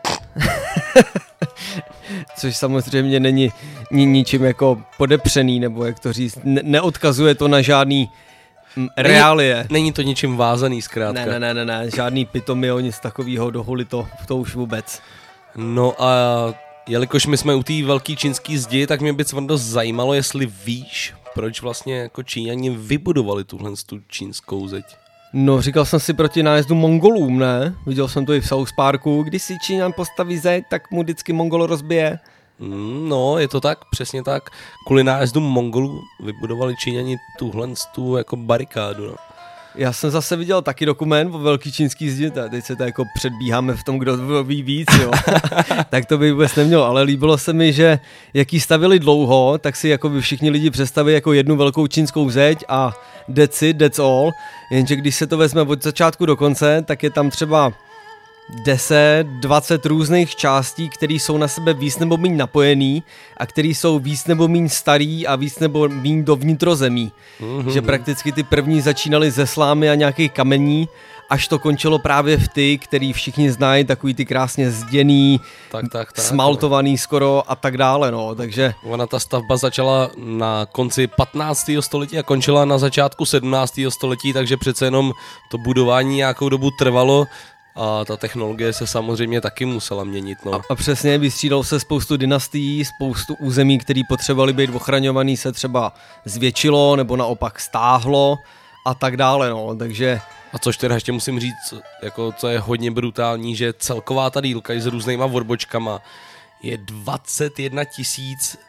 Což samozřejmě není ni, ničím jako podepřený, nebo jak to říct, ne, neodkazuje to na žádný m, reálie. Není, není to ničím vázaný zkrátka. Ne, ne, ne, ne, ne, žádný pitomio, nic takového, Dohulito, to už vůbec. No a jelikož my jsme u té velké čínské zdi, tak mě by Cvrndo zajímalo, jestli víš, proč vlastně jako Číňani vybudovali tuhle tu čínskou zeď. No, říkal jsem si proti nájezdu Mongolům, ne? Viděl jsem to i v South Parku, když si Číňan postaví zeď, tak mu vždycky Mongol rozbije. Mm, no, je to tak, přesně tak. Kvůli nájezdu Mongolů vybudovali Číňani tuhle tu jako barikádu, no. Já jsem zase viděl taky dokument o velký čínský zdi, teď se to jako předbíháme v tom, kdo ví víc, jo. Tak to by vůbec nemělo, ale líbilo se mi, že jak ji stavili dlouho, tak si jako by všichni lidi představili jako jednu velkou čínskou zeď a that's it, that's all, jenže když se to vezme od začátku do konce, tak je tam třeba deset, dvacet různých částí, které jsou na sebe víc nebo míň napojený a které jsou víc nebo míň starý a víc nebo míň do vnitrozemí. Mm-hmm. Že prakticky ty první začínaly ze slámy a nějakých kamení, až to končilo právě v ty, který všichni znají, takový ty krásně zděný, tak, tak, tak, smaltovaný no. skoro a tak dále, no, takže... Ona ta stavba začala na konci patnáctého století a končila na začátku sedmnáctého století, takže přece jenom to budování nějakou dobu trvalo. A ta technologie se samozřejmě taky musela měnit, no. A, a přesně, vystřídalo se spoustu dynastií, spoustu území, které potřebovaly být ochraňovaný, se třeba zvětšilo nebo naopak stáhlo a tak dále, no, takže... A což teda ještě musím říct, jako co je hodně brutální, že celková ta dílka i s různýma odbočkama je dvacet jedna tisíc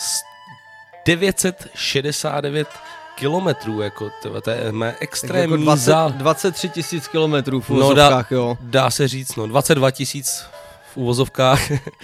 devět set šedesát devět kilometrů, jako tyhle, to je mé extrémní jako dvacet, za... dvacet tři tisíc kilometrů v no, uvozovkách, dá, jo. Dá se říct, no, dvacet dva tisíc v uvozovkách.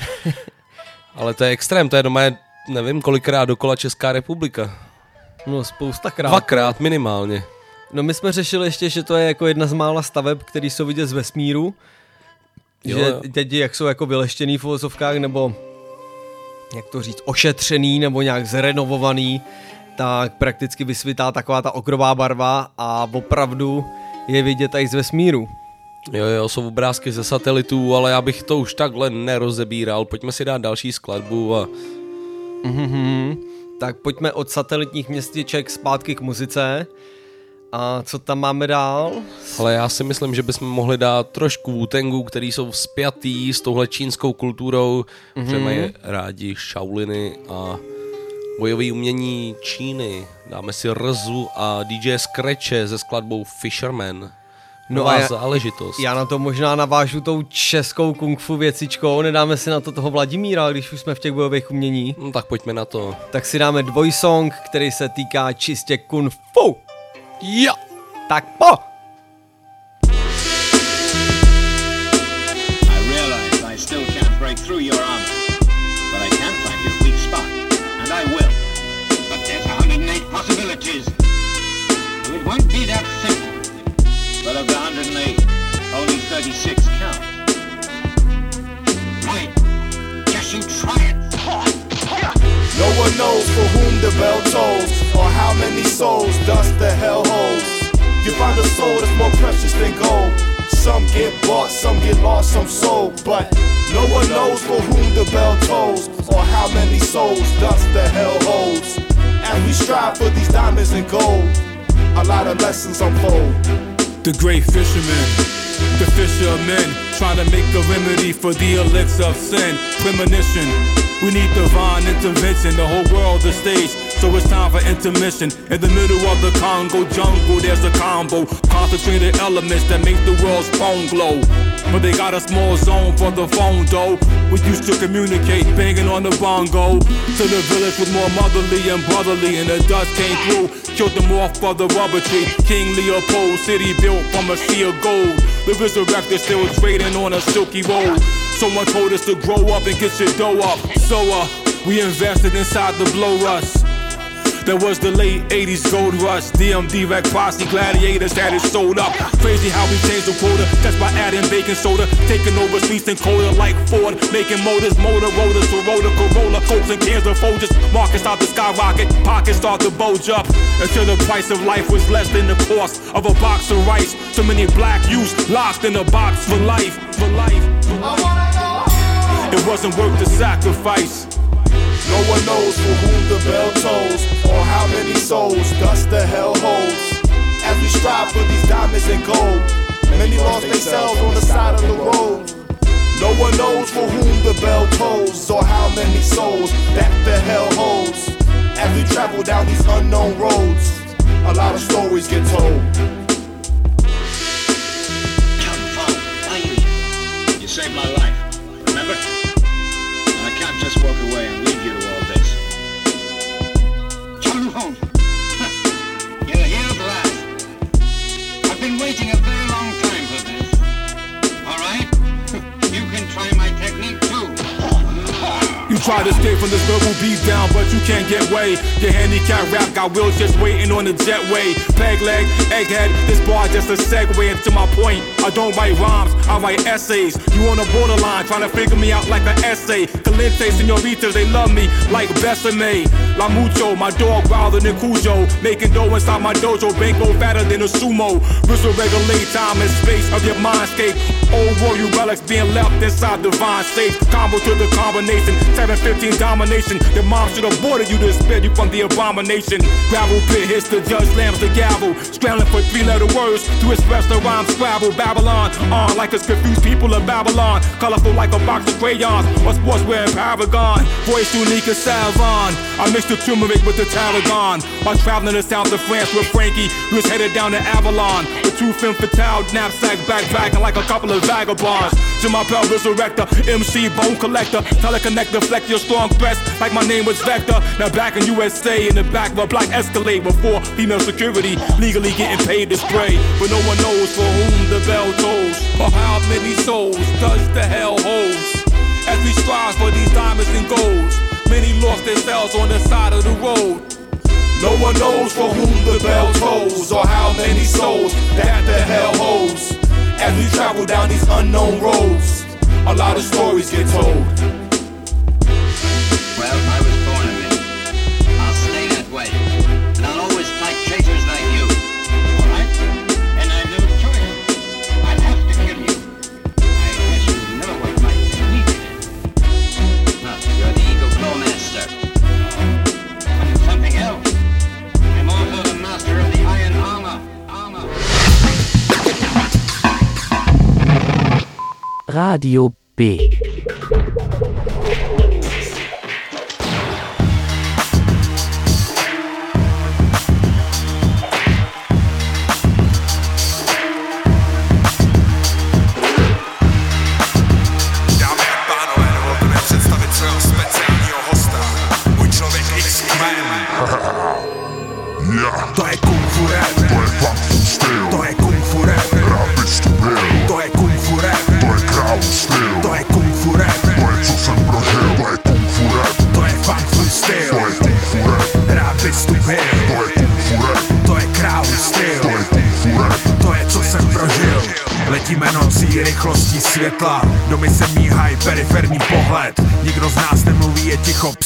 Ale to je extrém, to je doma, nevím, kolikrát dokola Česká republika. No, spoustakrát. Dvakrát minimálně. No, my jsme řešili ještě, že to je jako jedna z mála staveb, který jsou vidět z vesmíru. Jo, že jo. Teď, jak jsou jako vyleštěný v uvozovkách, nebo jak to říct, ošetřený, nebo nějak zrenovovaný, tak prakticky vysvítá taková ta okrová barva a opravdu je vidět i z vesmíru. Jo, jo, jsou obrázky ze satelitů, ale já bych to už takhle nerozebíral. Pojďme si dát další skladbu a... Mm-hmm. Tak pojďme od satelitních městeček zpátky k muzice. A co tam máme dál? Ale já si myslím, že bychom mohli dát trošku Wu-Tangu, který jsou spjatý s touhle čínskou kulturou, mm-hmm. že mají rádi Shaoliny a bojové umění Číny. Dáme si Rzu a D J Scratche se skladbou Fisherman. No a já, záležitost. Já na to možná navážu tou českou kung fu věcičkou, nedáme si na to toho Vladimíra, když už jsme v těch bojových umění. No tak pojďme na to. Tak si dáme dvojsong, který se týká čistě kung fu. Jo. Tak po! I realize I still can't break through your armor, but I can find your weak spot, and I will. But there's one hundred eight possibilities. So it won't be that simple. But of the one hundred eight, only thirty-six count. Right. Just you try it. No one one knows for whom the bell tolls, or how many souls dust the hell holds. You find a soul that's more precious than gold. Some get bought, some get lost, some sold. But no one knows for whom the bell tolls, or how many souls dust the hell holds. As we strive for these diamonds and gold, a lot of lessons unfold. The great fisherman, the fishermen, trying to make a remedy for the elixir of sin. Premonition, we need divine intervention. The whole world is stage, so it's time for intermission. In the middle of the Congo jungle, there's a combo, concentrated elements that make the world's phone glow. But they got a small zone for the phone though. We used to communicate, banging on the bongo. To the village was more motherly and brotherly, and the dust came through, killed them off for the rubber tree. King Leopold, city built from a sea of gold. The resurrected still trading on a silky road. Someone told us to grow up and get your dough up. So uh, we invested inside the blow rush. There was the late eighties gold rush. D M D, Rec Posse, Gladiators had it sold up. Crazy how we changed the quota, just by adding baking soda. Taking over streets and cola like Ford. Making motors, motor rotors, Toyota, Corolla, Colts and cans of Folgers. Markets start to skyrocket, pockets start to bulge up. Until the price of life was less than the cost of a box of rice. So many black youths locked in a box for life, for life, for life. It wasn't worth the sacrifice. No one knows for whom the bell tolls, or how many souls dust the hell holds. As we strive for these diamonds and gold, many lost themselves on the side of the road. No one knows for whom the bell tolls, or how many souls that the hell holds. As we travel down these unknown roads, a lot of stories get told. You saved my life, remember? And I can't just walk away and leave you to all this. John Holmes, you're here at last. I've been waiting a very long time for this. All right? You can try my technique too. You try to escape from this verbal beatdown, but you can't get way. Your handicapped rap got wheelchairs waiting on the jetway. Peg leg, egghead, this bar just a segue into my point. I don't write rhymes, I write essays. You on the borderline, trying to figure me out like an essay. Caliente, senoritas, they love me like Besame. La Mucho, my dog wilder than Cujo. Making dough inside my dojo, banko fatter than a sumo. Whistle regulate time and space of your mindscape. Old royal relics being left inside divine safe. Combo to the combination, seven fifteen domination. Your mom should have boarded you to spare you from the abomination. Gravel pit hits the judge, slams the gavel. Scrambling for three letter words to express the rhyme scrabble. Babylon, on like us confused people of Babylon. Colorful like a box of crayons, or sportswear in Paragon. Voice unique as Savon. I mixed the turmeric with the tarragon. While traveling to south of France with Frankie, who was headed down to Avalon. With two femme fatale, knapsack, backpacking like a couple of vagabonds. Jim Appel, resurrector, M C, bone collector. Teleconnector, flex your strong threats like my name was Vector. Now back in U S A, in the back of a black Escalade before female security, legally getting paid to spray. But no one knows for whom the bell tolls, or how many souls does the hell holds. As we strive for these diamonds and golds, many lost themselves on the side of the road. No one knows for whom the bell tolls, or how many souls that the hell holds. As we travel down these unknown roads, a lot of stories get told. Well, I was born a minute. I'll stay that way. And I'll always fight traitors like you. All right? And I've no choice. I'll have to kill you. I guess you know what my technique is. Well, you're the Eagle Claw Master. I'm something else. I'm also the master of the iron armor. Armor. Radio B. To je kung fu rap, to je funk fu styl, to je kung fu rap, rád bys tu byl, to je kung fu rap, to je králu styl, to je kung fu rap, to je co jsem prožil, to je kung fu rap, to je funk fu styl, to je kung fu rap, rád bys tu byl, to je kung fu rap, to je králu styl, to je kung fu rap, to je co jsem prožil. Letíme nocí rychlostí světla, domy se míhají, periferní pohled, nikdo z nás nemluví, je ticho, psst.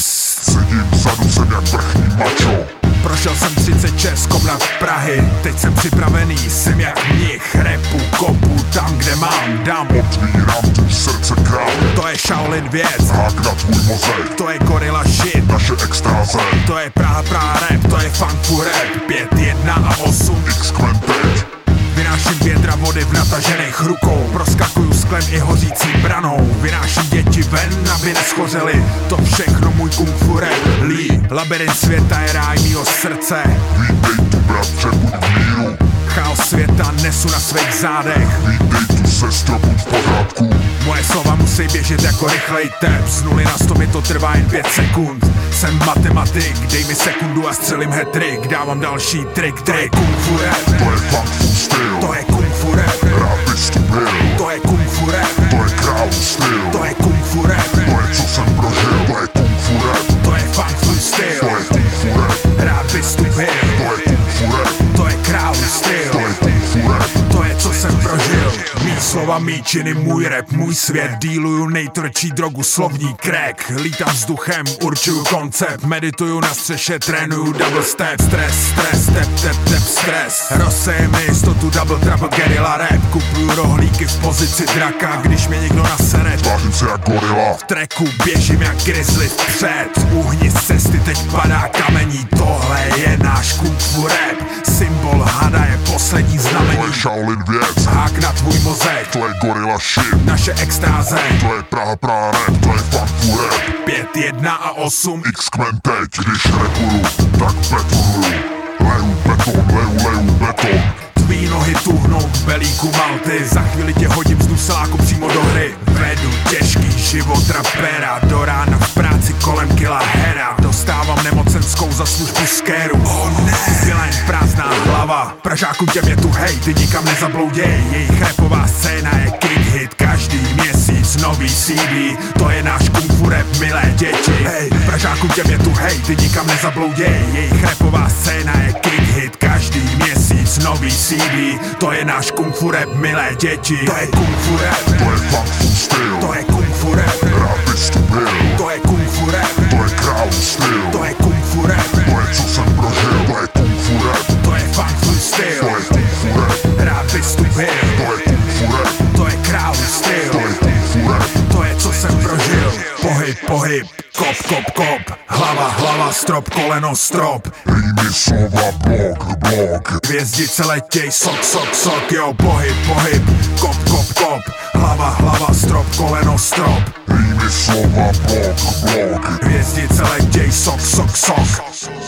sedím vzadu, jsem jak vrchní mačo. Prošel jsem třicet šest komnat Prahy, teď jsem připravený, jsem jak mnich, repu, kopu, tam kde mám, dám. Otvírám tu srdce král, to je Shaolin věc, hák na tvůj mozek, to je Gorilla shit, naše extáze, to je Praha, Praha rap, to je funk fu rap, pět, jedna a osm, X-Quentet. Vynáším vědra vody v natažených rukou, proskakuju sklem i hořící branou, vynáším děti ven, aby neschořeli, to všechno můj kung fu rap. Lí, labirint světa je ráj mýho srdce, vítej tu bratře, buď v míru, chaos světa nesu na svých zádech, vítej tu sestro, buď v pořádku. Moje slova musí běžet jako rychlej tep, z nuly na sto mi to trvá jen pět sekund. Jsem matematik, dej mi sekundu a střelím hat-trick, dávám další trik, to je kung fu rap. To je funk fu styl, to je kung fu rap. Rád vystupil, to je kung fu rap. To je král styl, to je kung fu rap. To je co jsem prožil, to je kung fu rap. To je funk fu styl, to je kung fu rap. Rád vystupil, to je kung fu rap. To je král styl, to je kung fu rap. To je co jsem prožil, mý slova, mý činy, můj rap, můj svět, díluju nejtvrdší drogu, slovní crack, lítám vzduchem, určuju koncept, medituju na střeše, trénuju double step, stres, stres, tep, tep, tep, stres, rozsejem nejistotu, double trouble, guerilla rap, kupuju rohlíky v pozici draka, když mě někdo nasere, tvářím se jak gorila, v treku běžím jak grizzly vpřed, uhni z cesty teď padá kamení, tohle je náš kung fu rap, symbol hada je poslední znamení, to je Shaolin věc, hák na tvůj mozek, to je Gorilla shit, naše extáze, to je Praha, Praha rap, to je funk fu rap, pět, jedna a osm, X-Quentet, když repuju, tak betonuju, leju beton, leju, leju beton. Tvý nohy tuhnou k belíku Malty, za chvíli tě hodím z duseláku přímo do hry, vedu těžký život rapera, do rána v práci kolem kila hera, dostávám nemocenskou za službu skéru, oh ne, zbyla jen prázdná hlava, Pražáku tě mě tu hej, ty nikam nezablouděj, jejich rapová scéna je kick hit, každý měsíc nový C D, to je náš kung fu rap, milé děti, hej, Pražáku tě mě tu hej, ty nikam nezablouděj, jejich rapová scéna je kick hit, každý měsíc nový C D, to je náš kung fu rap, milé děti, to je kung fu rap, to je funk fu styl, to je kung fu rap, rád vystupil, to je kung fu rap, to je král styl, to je kung fu rap, to je co jsem prožil, to je kung fu rap, to je funk fu styl, to je kung fu rap, rád vystupil, to je kung fu rap, to je král styl, to je kung fu rap, to je co jsem prožil, pohyb, pohyb, kop, kop, kop, hlava, hlava, strop, koleno, strop, rýmy, slova, blok, blok, hvězdice letěj, sok, sok, sok, jo, pohyb, pohyb, kop, kop, kop, hlava, hlava, strop, koleno, strop, rýmy, slova, blok, blok, hvězdice letěj, sok, sok, sok.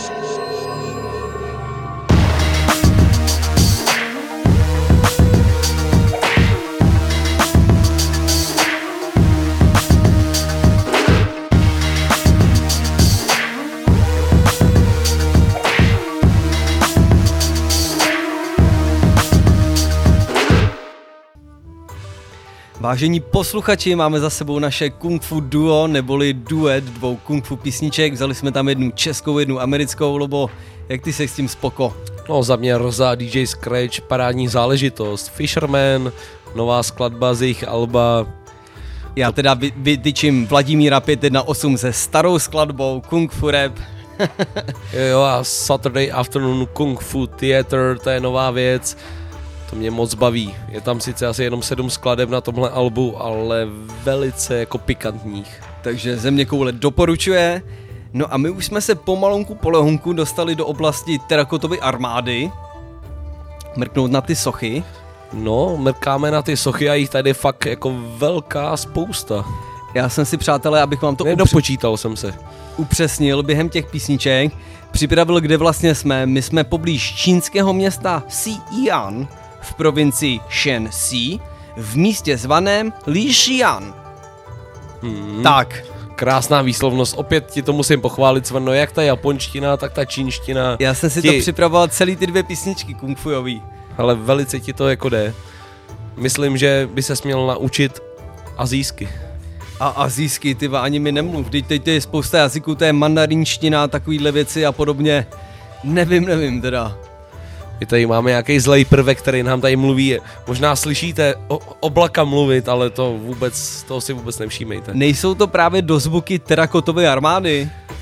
Vážení posluchači, máme za sebou naše kung fu duo, neboli duet dvou kung fu písniček. Vzali jsme tam jednu českou, jednu americkou, Lobo, jak ty seš s tím spoko? No za mě Roza, D J Scratch, parádní záležitost. Fisherman, nová skladba z jejich alba. Já teda vy, vytyčím Vladimíra pět jedna osm se starou skladbou Kung Fu Rap. Jo a Saturday Afternoon Kung Fu Theater, to je nová věc. To mě moc baví. Je tam sice asi jenom sedm skladeb na tomhle albu, ale velice jako pikantních. Takže Zeměkoule doporučuje. No a my už jsme se pomalonku polehonku dostali do oblasti terakotovy armády. Mrknout na ty sochy. No, mrkáme na ty sochy a jich tady fakt jako velká spousta. Já jsem si, přátelé, abych vám to Nedopočítal upř- jsem se. upřesnil během těch písniček, připravil, kde vlastně jsme. My jsme poblíž čínského města Xi'an v provincii Shanxi v místě zvaném Lixian. Hmm. Tak. Krásná výslovnost, opět ti to musím pochválit, Svrno, jak ta japonština, tak ta čínština. Já jsem si ti... to připravoval celý ty dvě písničky kung fujový. Ale velice ti to jako jde. Myslím, že by ses měl naučit asijsky. A asijsky, ty ani mi nemluv, teď, teď je spousta jazyků, to je mandarinština, takovýhle věci a podobně. Nevím, nevím teda. My tady máme nějaký zlej prvek, který nám tady mluví. Možná slyšíte o, oblaka mluvit, ale to vůbec, toho si vůbec nevšímejte. Nejsou to právě dozvuky terakotovy armády?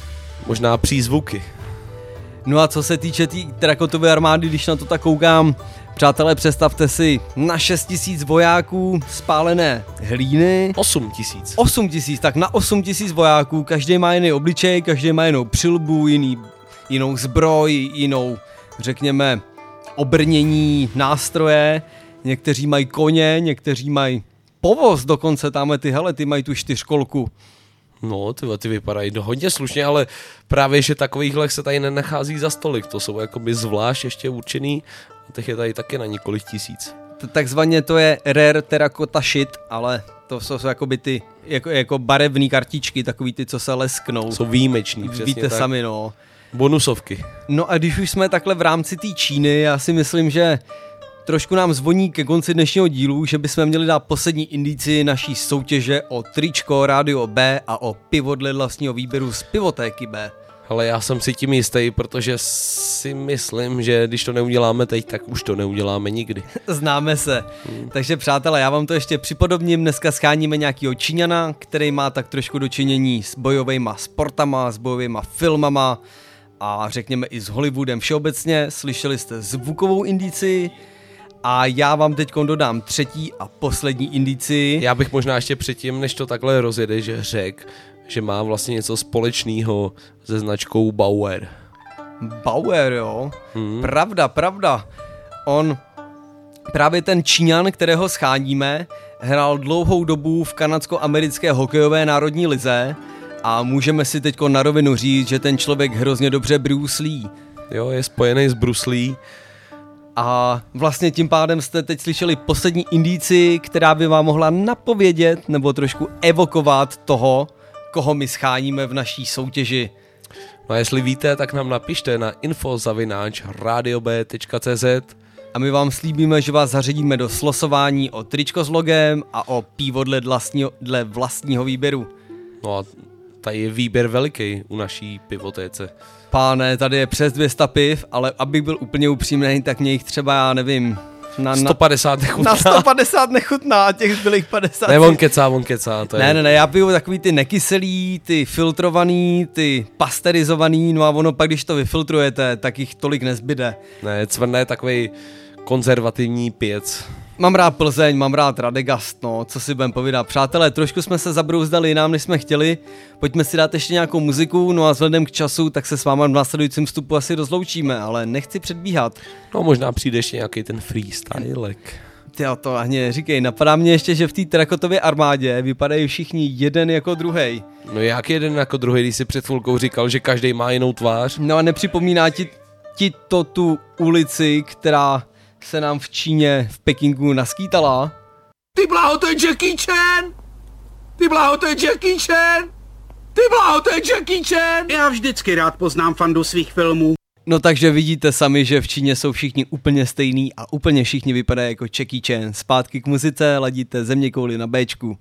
možná přízvuky. No a co se týče té tý terakotové armády, když na to tak koukám, přátelé, představte si na šest tisíc vojáků spálené hlíny. osm tisíc. osm tisíc, tak na osm tisíc vojáků, každý má jiný obličej, každý má jinou přilbu, jiný, jinou zbroj, jinou, řekněme, obrnění, nástroje. Někteří mají koně, někteří mají povoz dokonce, tamhle ty, hele, ty mají tu čtyřkolku. No, ty, ty vypadají no, hodně slušně, ale právě, že takovýchhle se tady nenachází za stolik. To jsou jakoby zvlášť ještě určený, a těch je tady taky na několik tisíc. Takzvaně to je rare terracotta shit, ale to jsou, jsou jakoby ty jako, jako barevné kartičky, takový ty, co se lesknou. Jsou výjimečný, přesně víte tak. sami, no. Bonusovky. No a když už jsme takhle v rámci té Číny, já si myslím, že trošku nám zvoní ke konci dnešního dílu, že bychom měli dát poslední indici naší soutěže o tričko Rádio B a o pivo dle vlastního výběru z pivotéky B. Ale já jsem si tím jistý, protože si myslím, že když to neuděláme teď, tak už to neuděláme nikdy. Známe se. Hmm. Takže přátelé, já vám to ještě připodobním. Dneska scháníme nějakýho Číňana, který má tak trošku dočinění s bojovejma sportama, s bojovejma filmama a řekněme i s Hollywoodem všeobecně. Slyšeli jste zvukovou indici a já vám teď dodám třetí a poslední indici. Já bych možná ještě předtím, než to takhle rozjede, že řekl, že má vlastně něco společného se značkou Bauer. Bauer, jo? Hmm. Pravda, pravda. On, právě ten Číňan, kterého scháníme, hrál dlouhou dobu v kanadsko-americké hokejové národní lize a můžeme si teď na rovinu říct, že ten člověk hrozně dobře Bruce Lee. Jo, je spojený s Bruce Lee. A vlastně tím pádem jste teď slyšeli poslední indici, která by vám mohla napovědět nebo trošku evokovat toho, koho my scháníme v naší soutěži. No a jestli víte, tak nám napište na info zavináč radio b tečka cé zet. A my vám slíbíme, že vás zařadíme do slosování o tričko s logem a o pivo dle vlastního, dle vlastního výběru. No a tady je výběr veliký u naší pivotéce. Páne, tady je přes dvě stě piv, ale abych byl úplně upřímný, tak mě jich třeba, já nevím... Na, sto padesát nechutná. Na sto padesát nechutná a těch zbylých padesát. Ne, on kecá, on kecá. To je... Ne, ne, ne, já piju takový ty nekyselý, ty filtrovaný, ty pasterizovaný, no a ono pak, když to vyfiltrujete, tak jich tolik nezbyde. Ne, Cvrna je takovej konzervativní pěc. Mám rád Plzeň, mám rád Radegast, no, co si budem povídat. Přátelé, trošku jsme se zabrouzdali jinam, než jsme chtěli. Pojďme si dát ještě nějakou muziku, no a vzhledem k času, tak se s váma v následujícím vstupu asi rozloučíme, ale nechci předbíhat. No možná přijde ještě nějaký ten freestylek. Tyjo, to ani neříkej, napadá mě ještě, že v té terakotově armádě vypadají všichni jeden jako druhej. No jak jeden jako druhý, když si před chvilkou říkal, že každý má jinou tvář? No a nepřipomíná ti, ti to tu ulici, která se nám v Číně, v Pekingu naskýtala? Ty bláho, to je Jackie Chan! Ty bláho, to je Jackie Chan! Ty bláho, to je Jackie Chan! Já vždycky rád poznám fandu svých filmů. No takže vidíte sami, že v Číně jsou všichni úplně stejný a úplně všichni vypadají jako Jackie Chan. Zpátky k muzice, ladíte Zeměkouli na Béčku.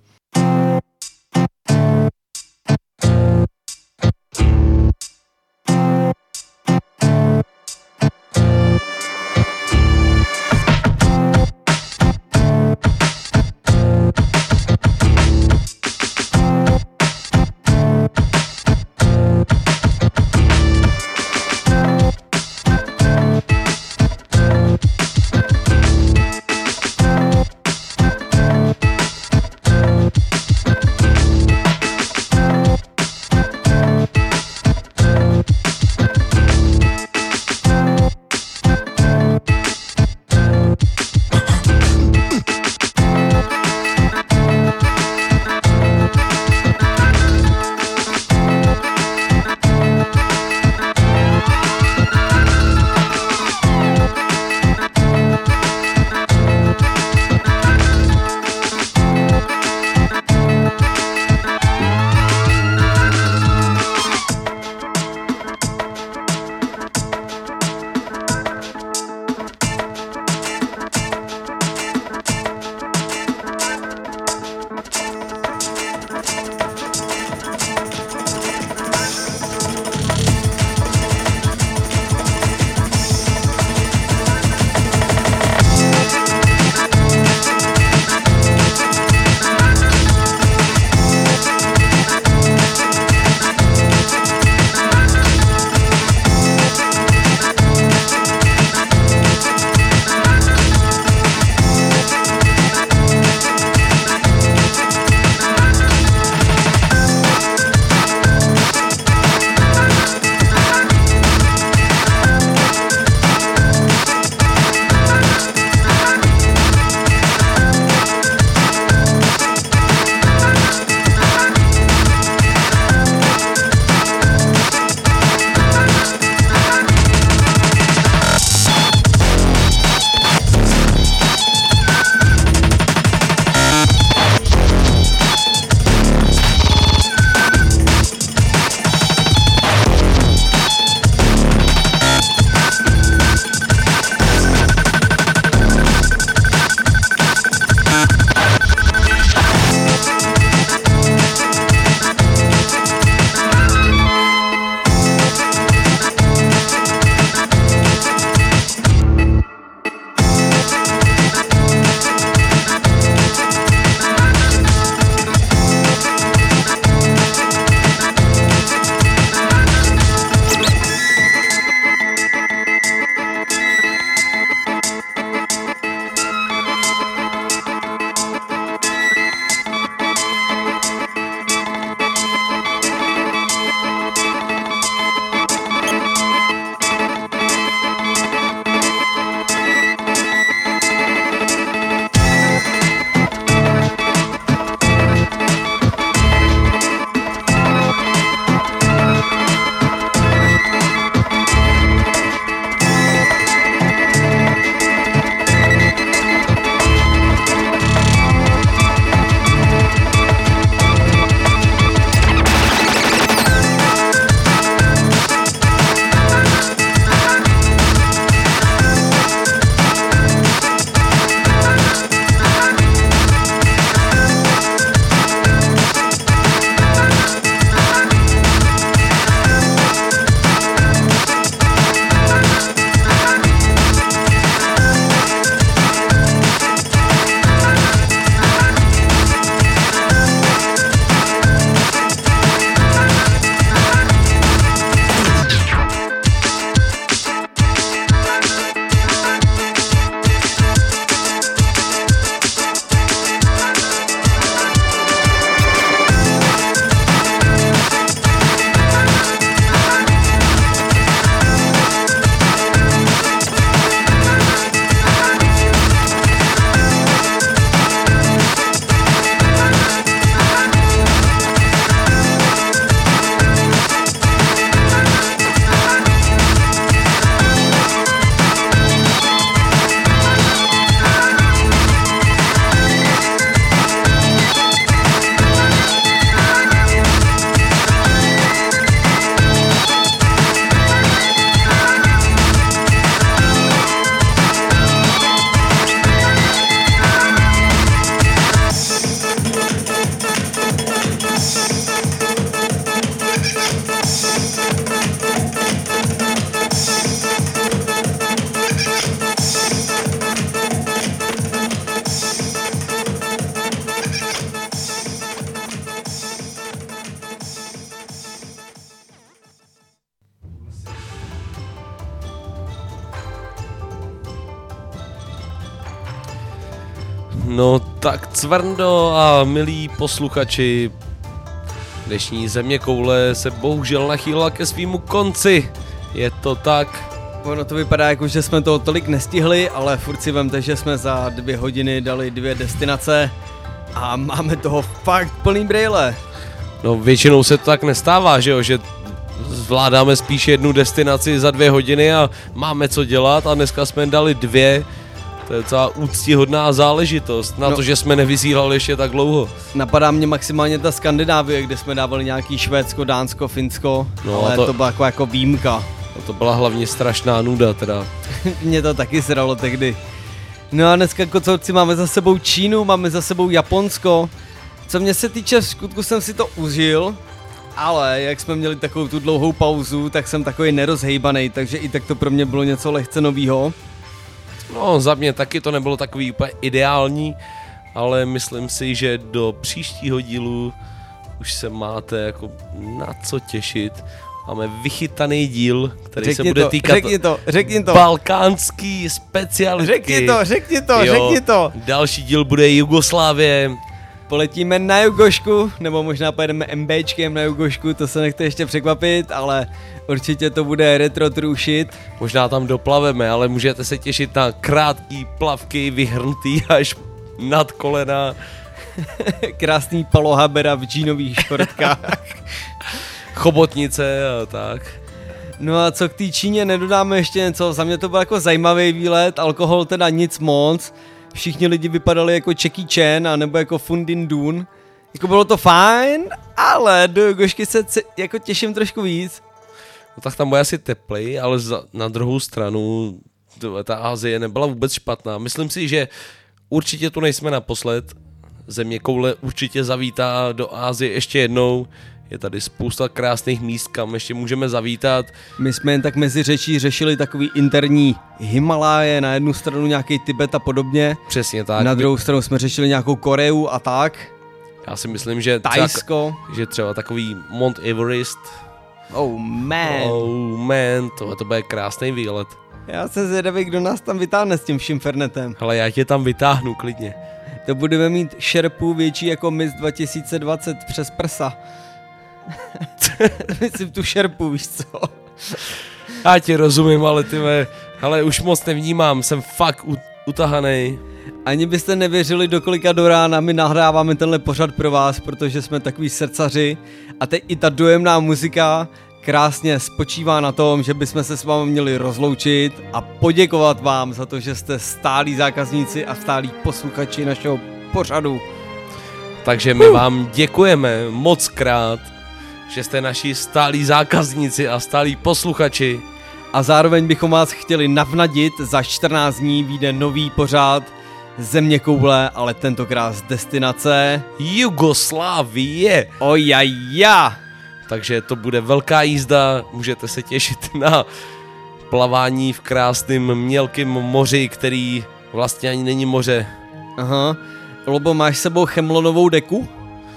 No tak Cvrndo a milí posluchači, dnešní Zeměkoule se bohužel nachýlila ke svýmu konci. Je to tak. Ono to vypadá jako, že jsme toho tolik nestihli, ale furt si vemte, že jsme za dvě hodiny dali dvě destinace a máme toho fakt plný brejle. No většinou se to tak nestává, že jo, že zvládáme spíš jednu destinaci za dvě hodiny a máme co dělat a dneska jsme dali dvě. To je docela úctíhodná záležitost na no. to, že jsme nevysílali ještě tak dlouho. Napadá mě maximálně ta Skandinávie, kde jsme dávali nějaký Švédsko, Dánsko, Finsko, no, ale to, to byla jako, jako výjimka. No to byla hlavně strašná nuda teda. Mě to taky sralo tehdy. No a dneska kocourci máme za sebou Čínu, máme za sebou Japonsko. Co mě se týče, v skutku jsem si to užil, ale jak jsme měli takovou tu dlouhou pauzu, tak jsem takový nerozhejbanej, takže i tak to pro mě bylo něco lehce novýho. No za mě taky to nebylo takový úplně ideální, ale myslím si, že do příštího dílu už se máte jako na co těšit. Máme vychytaný díl, který řekni se bude to, týkat řekni to, řekni to. balkánský specialitky. Řekni to, řekni to, jo, řekni to. Další díl bude Jugoslávie. Poletíme na Jugošku, nebo možná pojedeme MBčkem na Jugošku, to se nechte ještě překvapit, ale určitě to bude retro trušit. Možná tam doplaveme, ale můžete se těšit na krátký plavky vyhrnutý až nad kolena. Krásný palohabera v džínových športkách. Chobotnice a tak. No a co k té Číně, nedodáme ještě něco, za mě to byl jako zajímavý výlet, alkohol teda nic moc, všichni lidi vypadali jako Jackie Chan a nebo jako Fundin Dun, jako bylo to fajn, ale do Jugošky se c- jako těším trošku víc. No tak tam bude asi teplej, ale za, na druhou stranu ta Asie nebyla vůbec špatná, myslím si, že určitě tu nejsme naposled, Zeměkoule určitě zavítá do Asie ještě jednou. Je tady spousta krásných míst, kam ještě můžeme zavítat. My jsme jen tak mezi řečí řešili takový interní Himaláje, na jednu stranu nějaký Tibet a podobně. Přesně tak. Na druhou stranu jsme řešili nějakou Koreu a tak. Já si myslím, že Tajsko. Třeba, že třeba takový Mount Everest. Oh man. Oh man, tohle to bude krásný výlet. Já jsem zvědavý, kdo nás tam vytáhne s tím vším fernetem. Ale já tě tam vytáhnu klidně. To budeme mít šerpu větší jako Miss dva tisíce dvacet přes prsa. Myslím tu šerpu, víš co? Já ti rozumím, ale ty ve, ale už moc nevnímám, jsem fakt utahanej. Ani byste nevěřili, do kolika do rána my nahráváme tenhle pořad pro vás, protože jsme takový srdcaři a teď i ta dojemná muzika krásně spočívá na tom, že bychom se s vámi měli rozloučit a poděkovat vám za to, že jste stálí zákazníci a stálí posluchači našeho pořadu. Takže my uh. vám děkujeme moc krát, že jste naši stálí zákazníci a stálí posluchači. A zároveň bychom vás chtěli navnadit, za čtrnáct dní vyjde nový pořad Zeměkoule, ale tentokrát z destinace Jugoslávie. Ojaja. Takže to bude velká jízda, můžete se těšit na plavání v krásném mělkém moři, který vlastně ani není moře. Aha. Lobo, máš s sebou chemlonovou deku?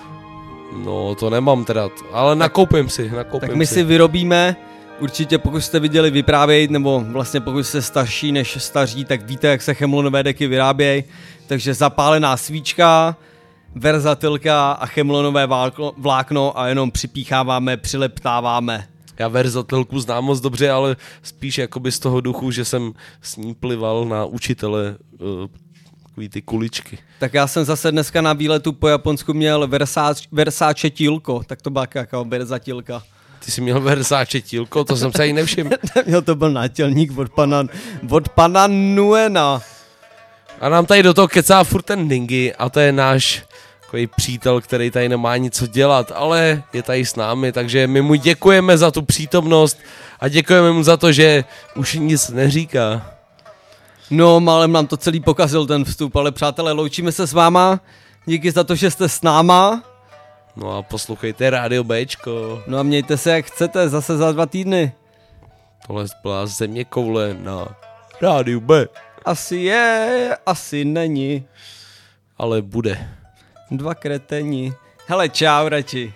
No, to nemám teda, ale nakoupím si, nakoupím Tak my si. si vyrobíme, určitě pokud jste viděli vyprávět, nebo vlastně pokud jste starší než staří, tak víte, jak se chemlonové deky vyrábějí. Takže zapálená svíčka, verzatilka a chemlonové vlákno, vlákno a jenom připícháváme, přileptáváme. Já verzatilku znám moc dobře, ale spíš jakoby z toho duchu, že jsem s ní plival na učitele uh, takový ty kuličky. Tak já jsem zase dneska na výletu po Japonsku měl Versace, Versace tílko, tak to byla jaká verzatilka. Ty jsi měl Versace tílko, to jsem se ani nevšiml. Jo, to byl nátělník od pana, od pana Nuena. A nám tady do toho kecá furt ten Dingy a to je náš takový přítel, který tady nemá nic co dělat, ale je tady s námi, takže my mu děkujeme za tu přítomnost a děkujeme mu za to, že už nic neříká. No, málem nám to celý pokazil ten vstup, ale přátelé, loučíme se s váma, díky za to, že jste s náma. No a poslouchejte Rádio Bčko. No a mějte se jak chcete, zase za dva týdny. Tohle byla Zeměkoule na Rádiu B. Asi je, asi není. Ale bude. Dva kreteni. Hele, čau radši.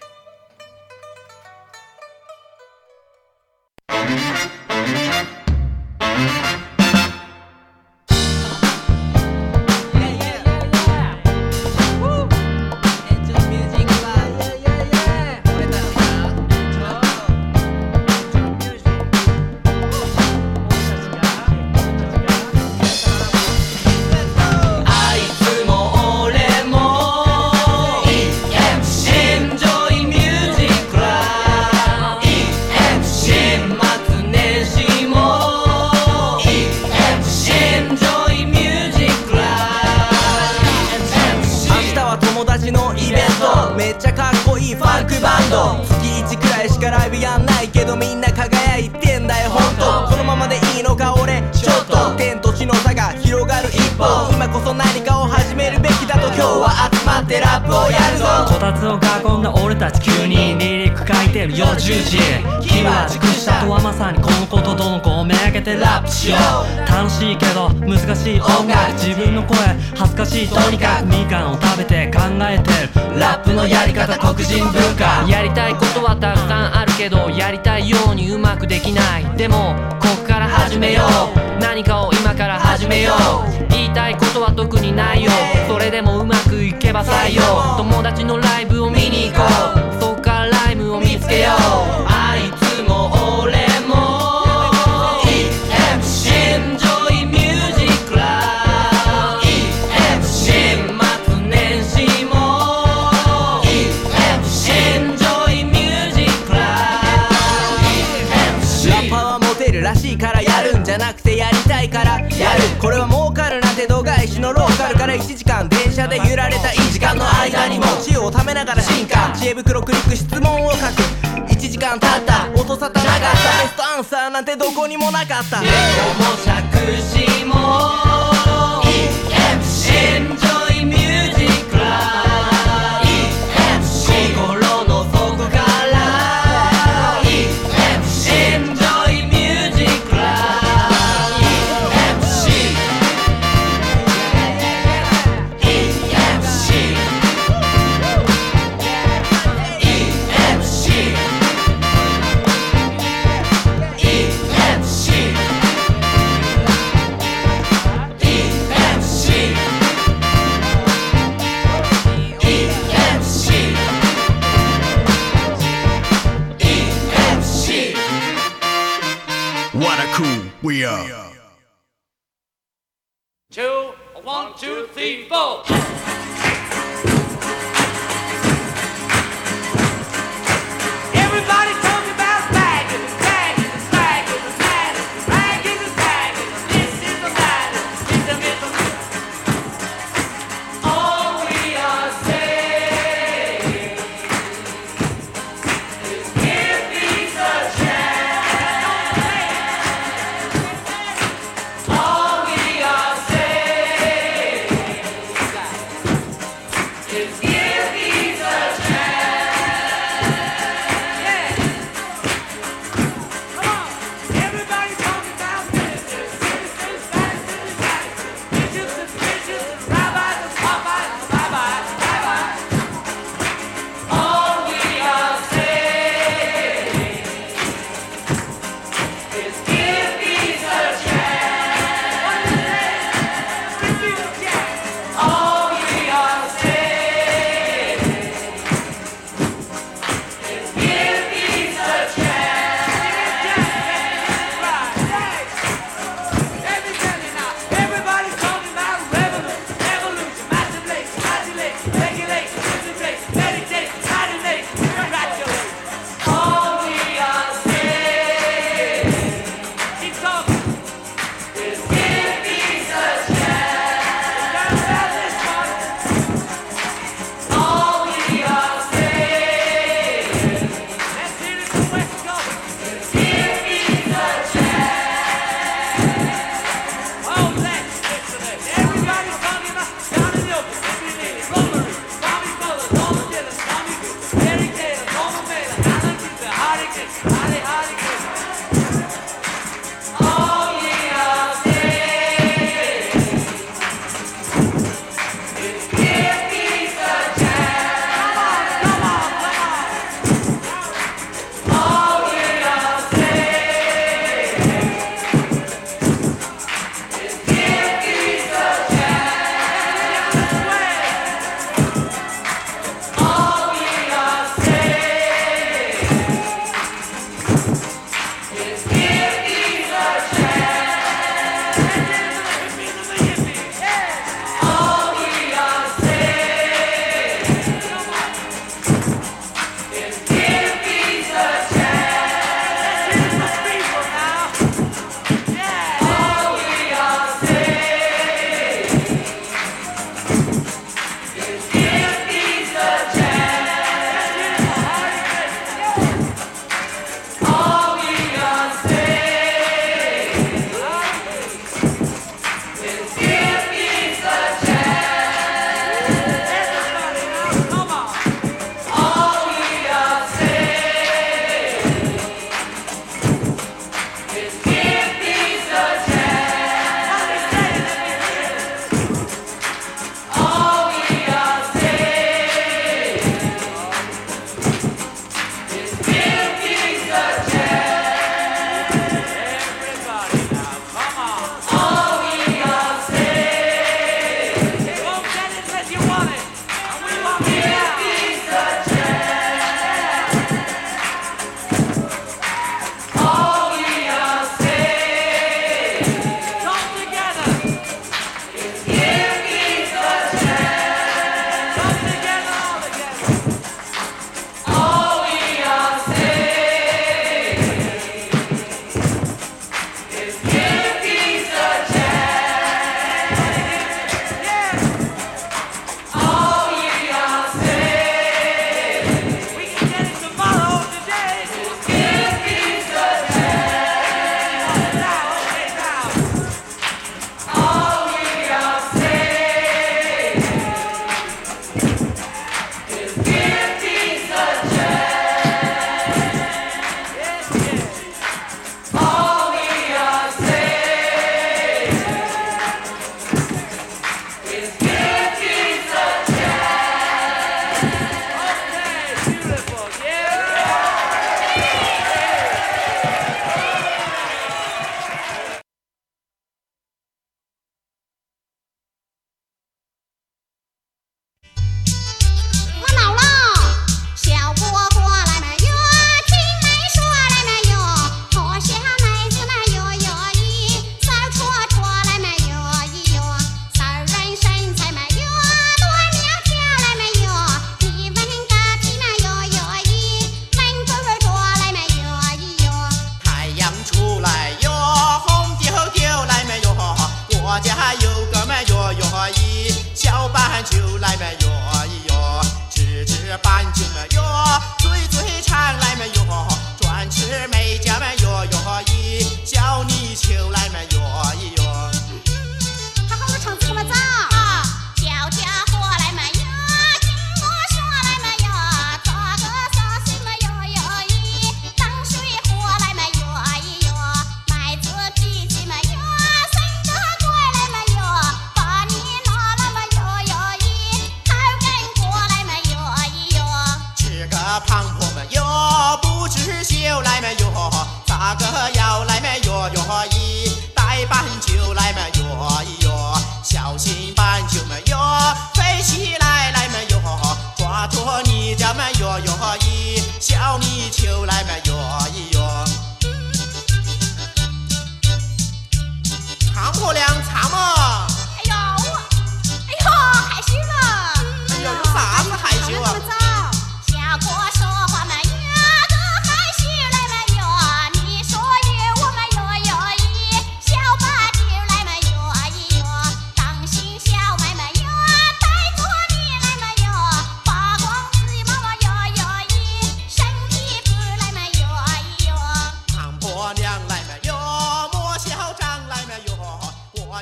達を囲んだ俺たち急にリリック書いてるよじゅうじ気は熟したとはまさにこのことどの子をめがけてラップしよう楽しいけど難しい音楽自分の声恥ずかしいとにかくみかんを食べて考えてるラップのやり方黒人文化やりたいことはたくさんあるけどやりたいようにうまくできないでもここから始めよう何かを今から始めよう言いたいことは特にないよそれでもうまくいけば採用友達のライブを見に行こうそっからライムを見つけようあいつも俺も イーエムシー Enjoy Music Club イーエムシー 末年始も イーエムシー Enjoy Music Club ラッパーはモテるらしいからやるんじゃなくてやりたいからやるこれは儲かるなんて度外視のローカルからいちじかん電車で揺られたいい時間の間にも知恵をためながら進化知恵袋クリック質問を書くいちじかん経った音沙汰なかったベストアンサーなんてどこにもなかったでも釈子も イーエムシー Enjoy Music Club イーエムシー 心の底からイーエムシー Enjoy Music Club イーエムシー イーエムシー イーエムシー イーエムシー イーエムシー イーエムシー イーエムシー What a cool we are. Two, one, two, three, four. Everybody talking about bagging, bagging, bagging, bagging, bagging, bagging. This is the matter. This is the all we are saying is give peace a chance. All we are saying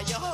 your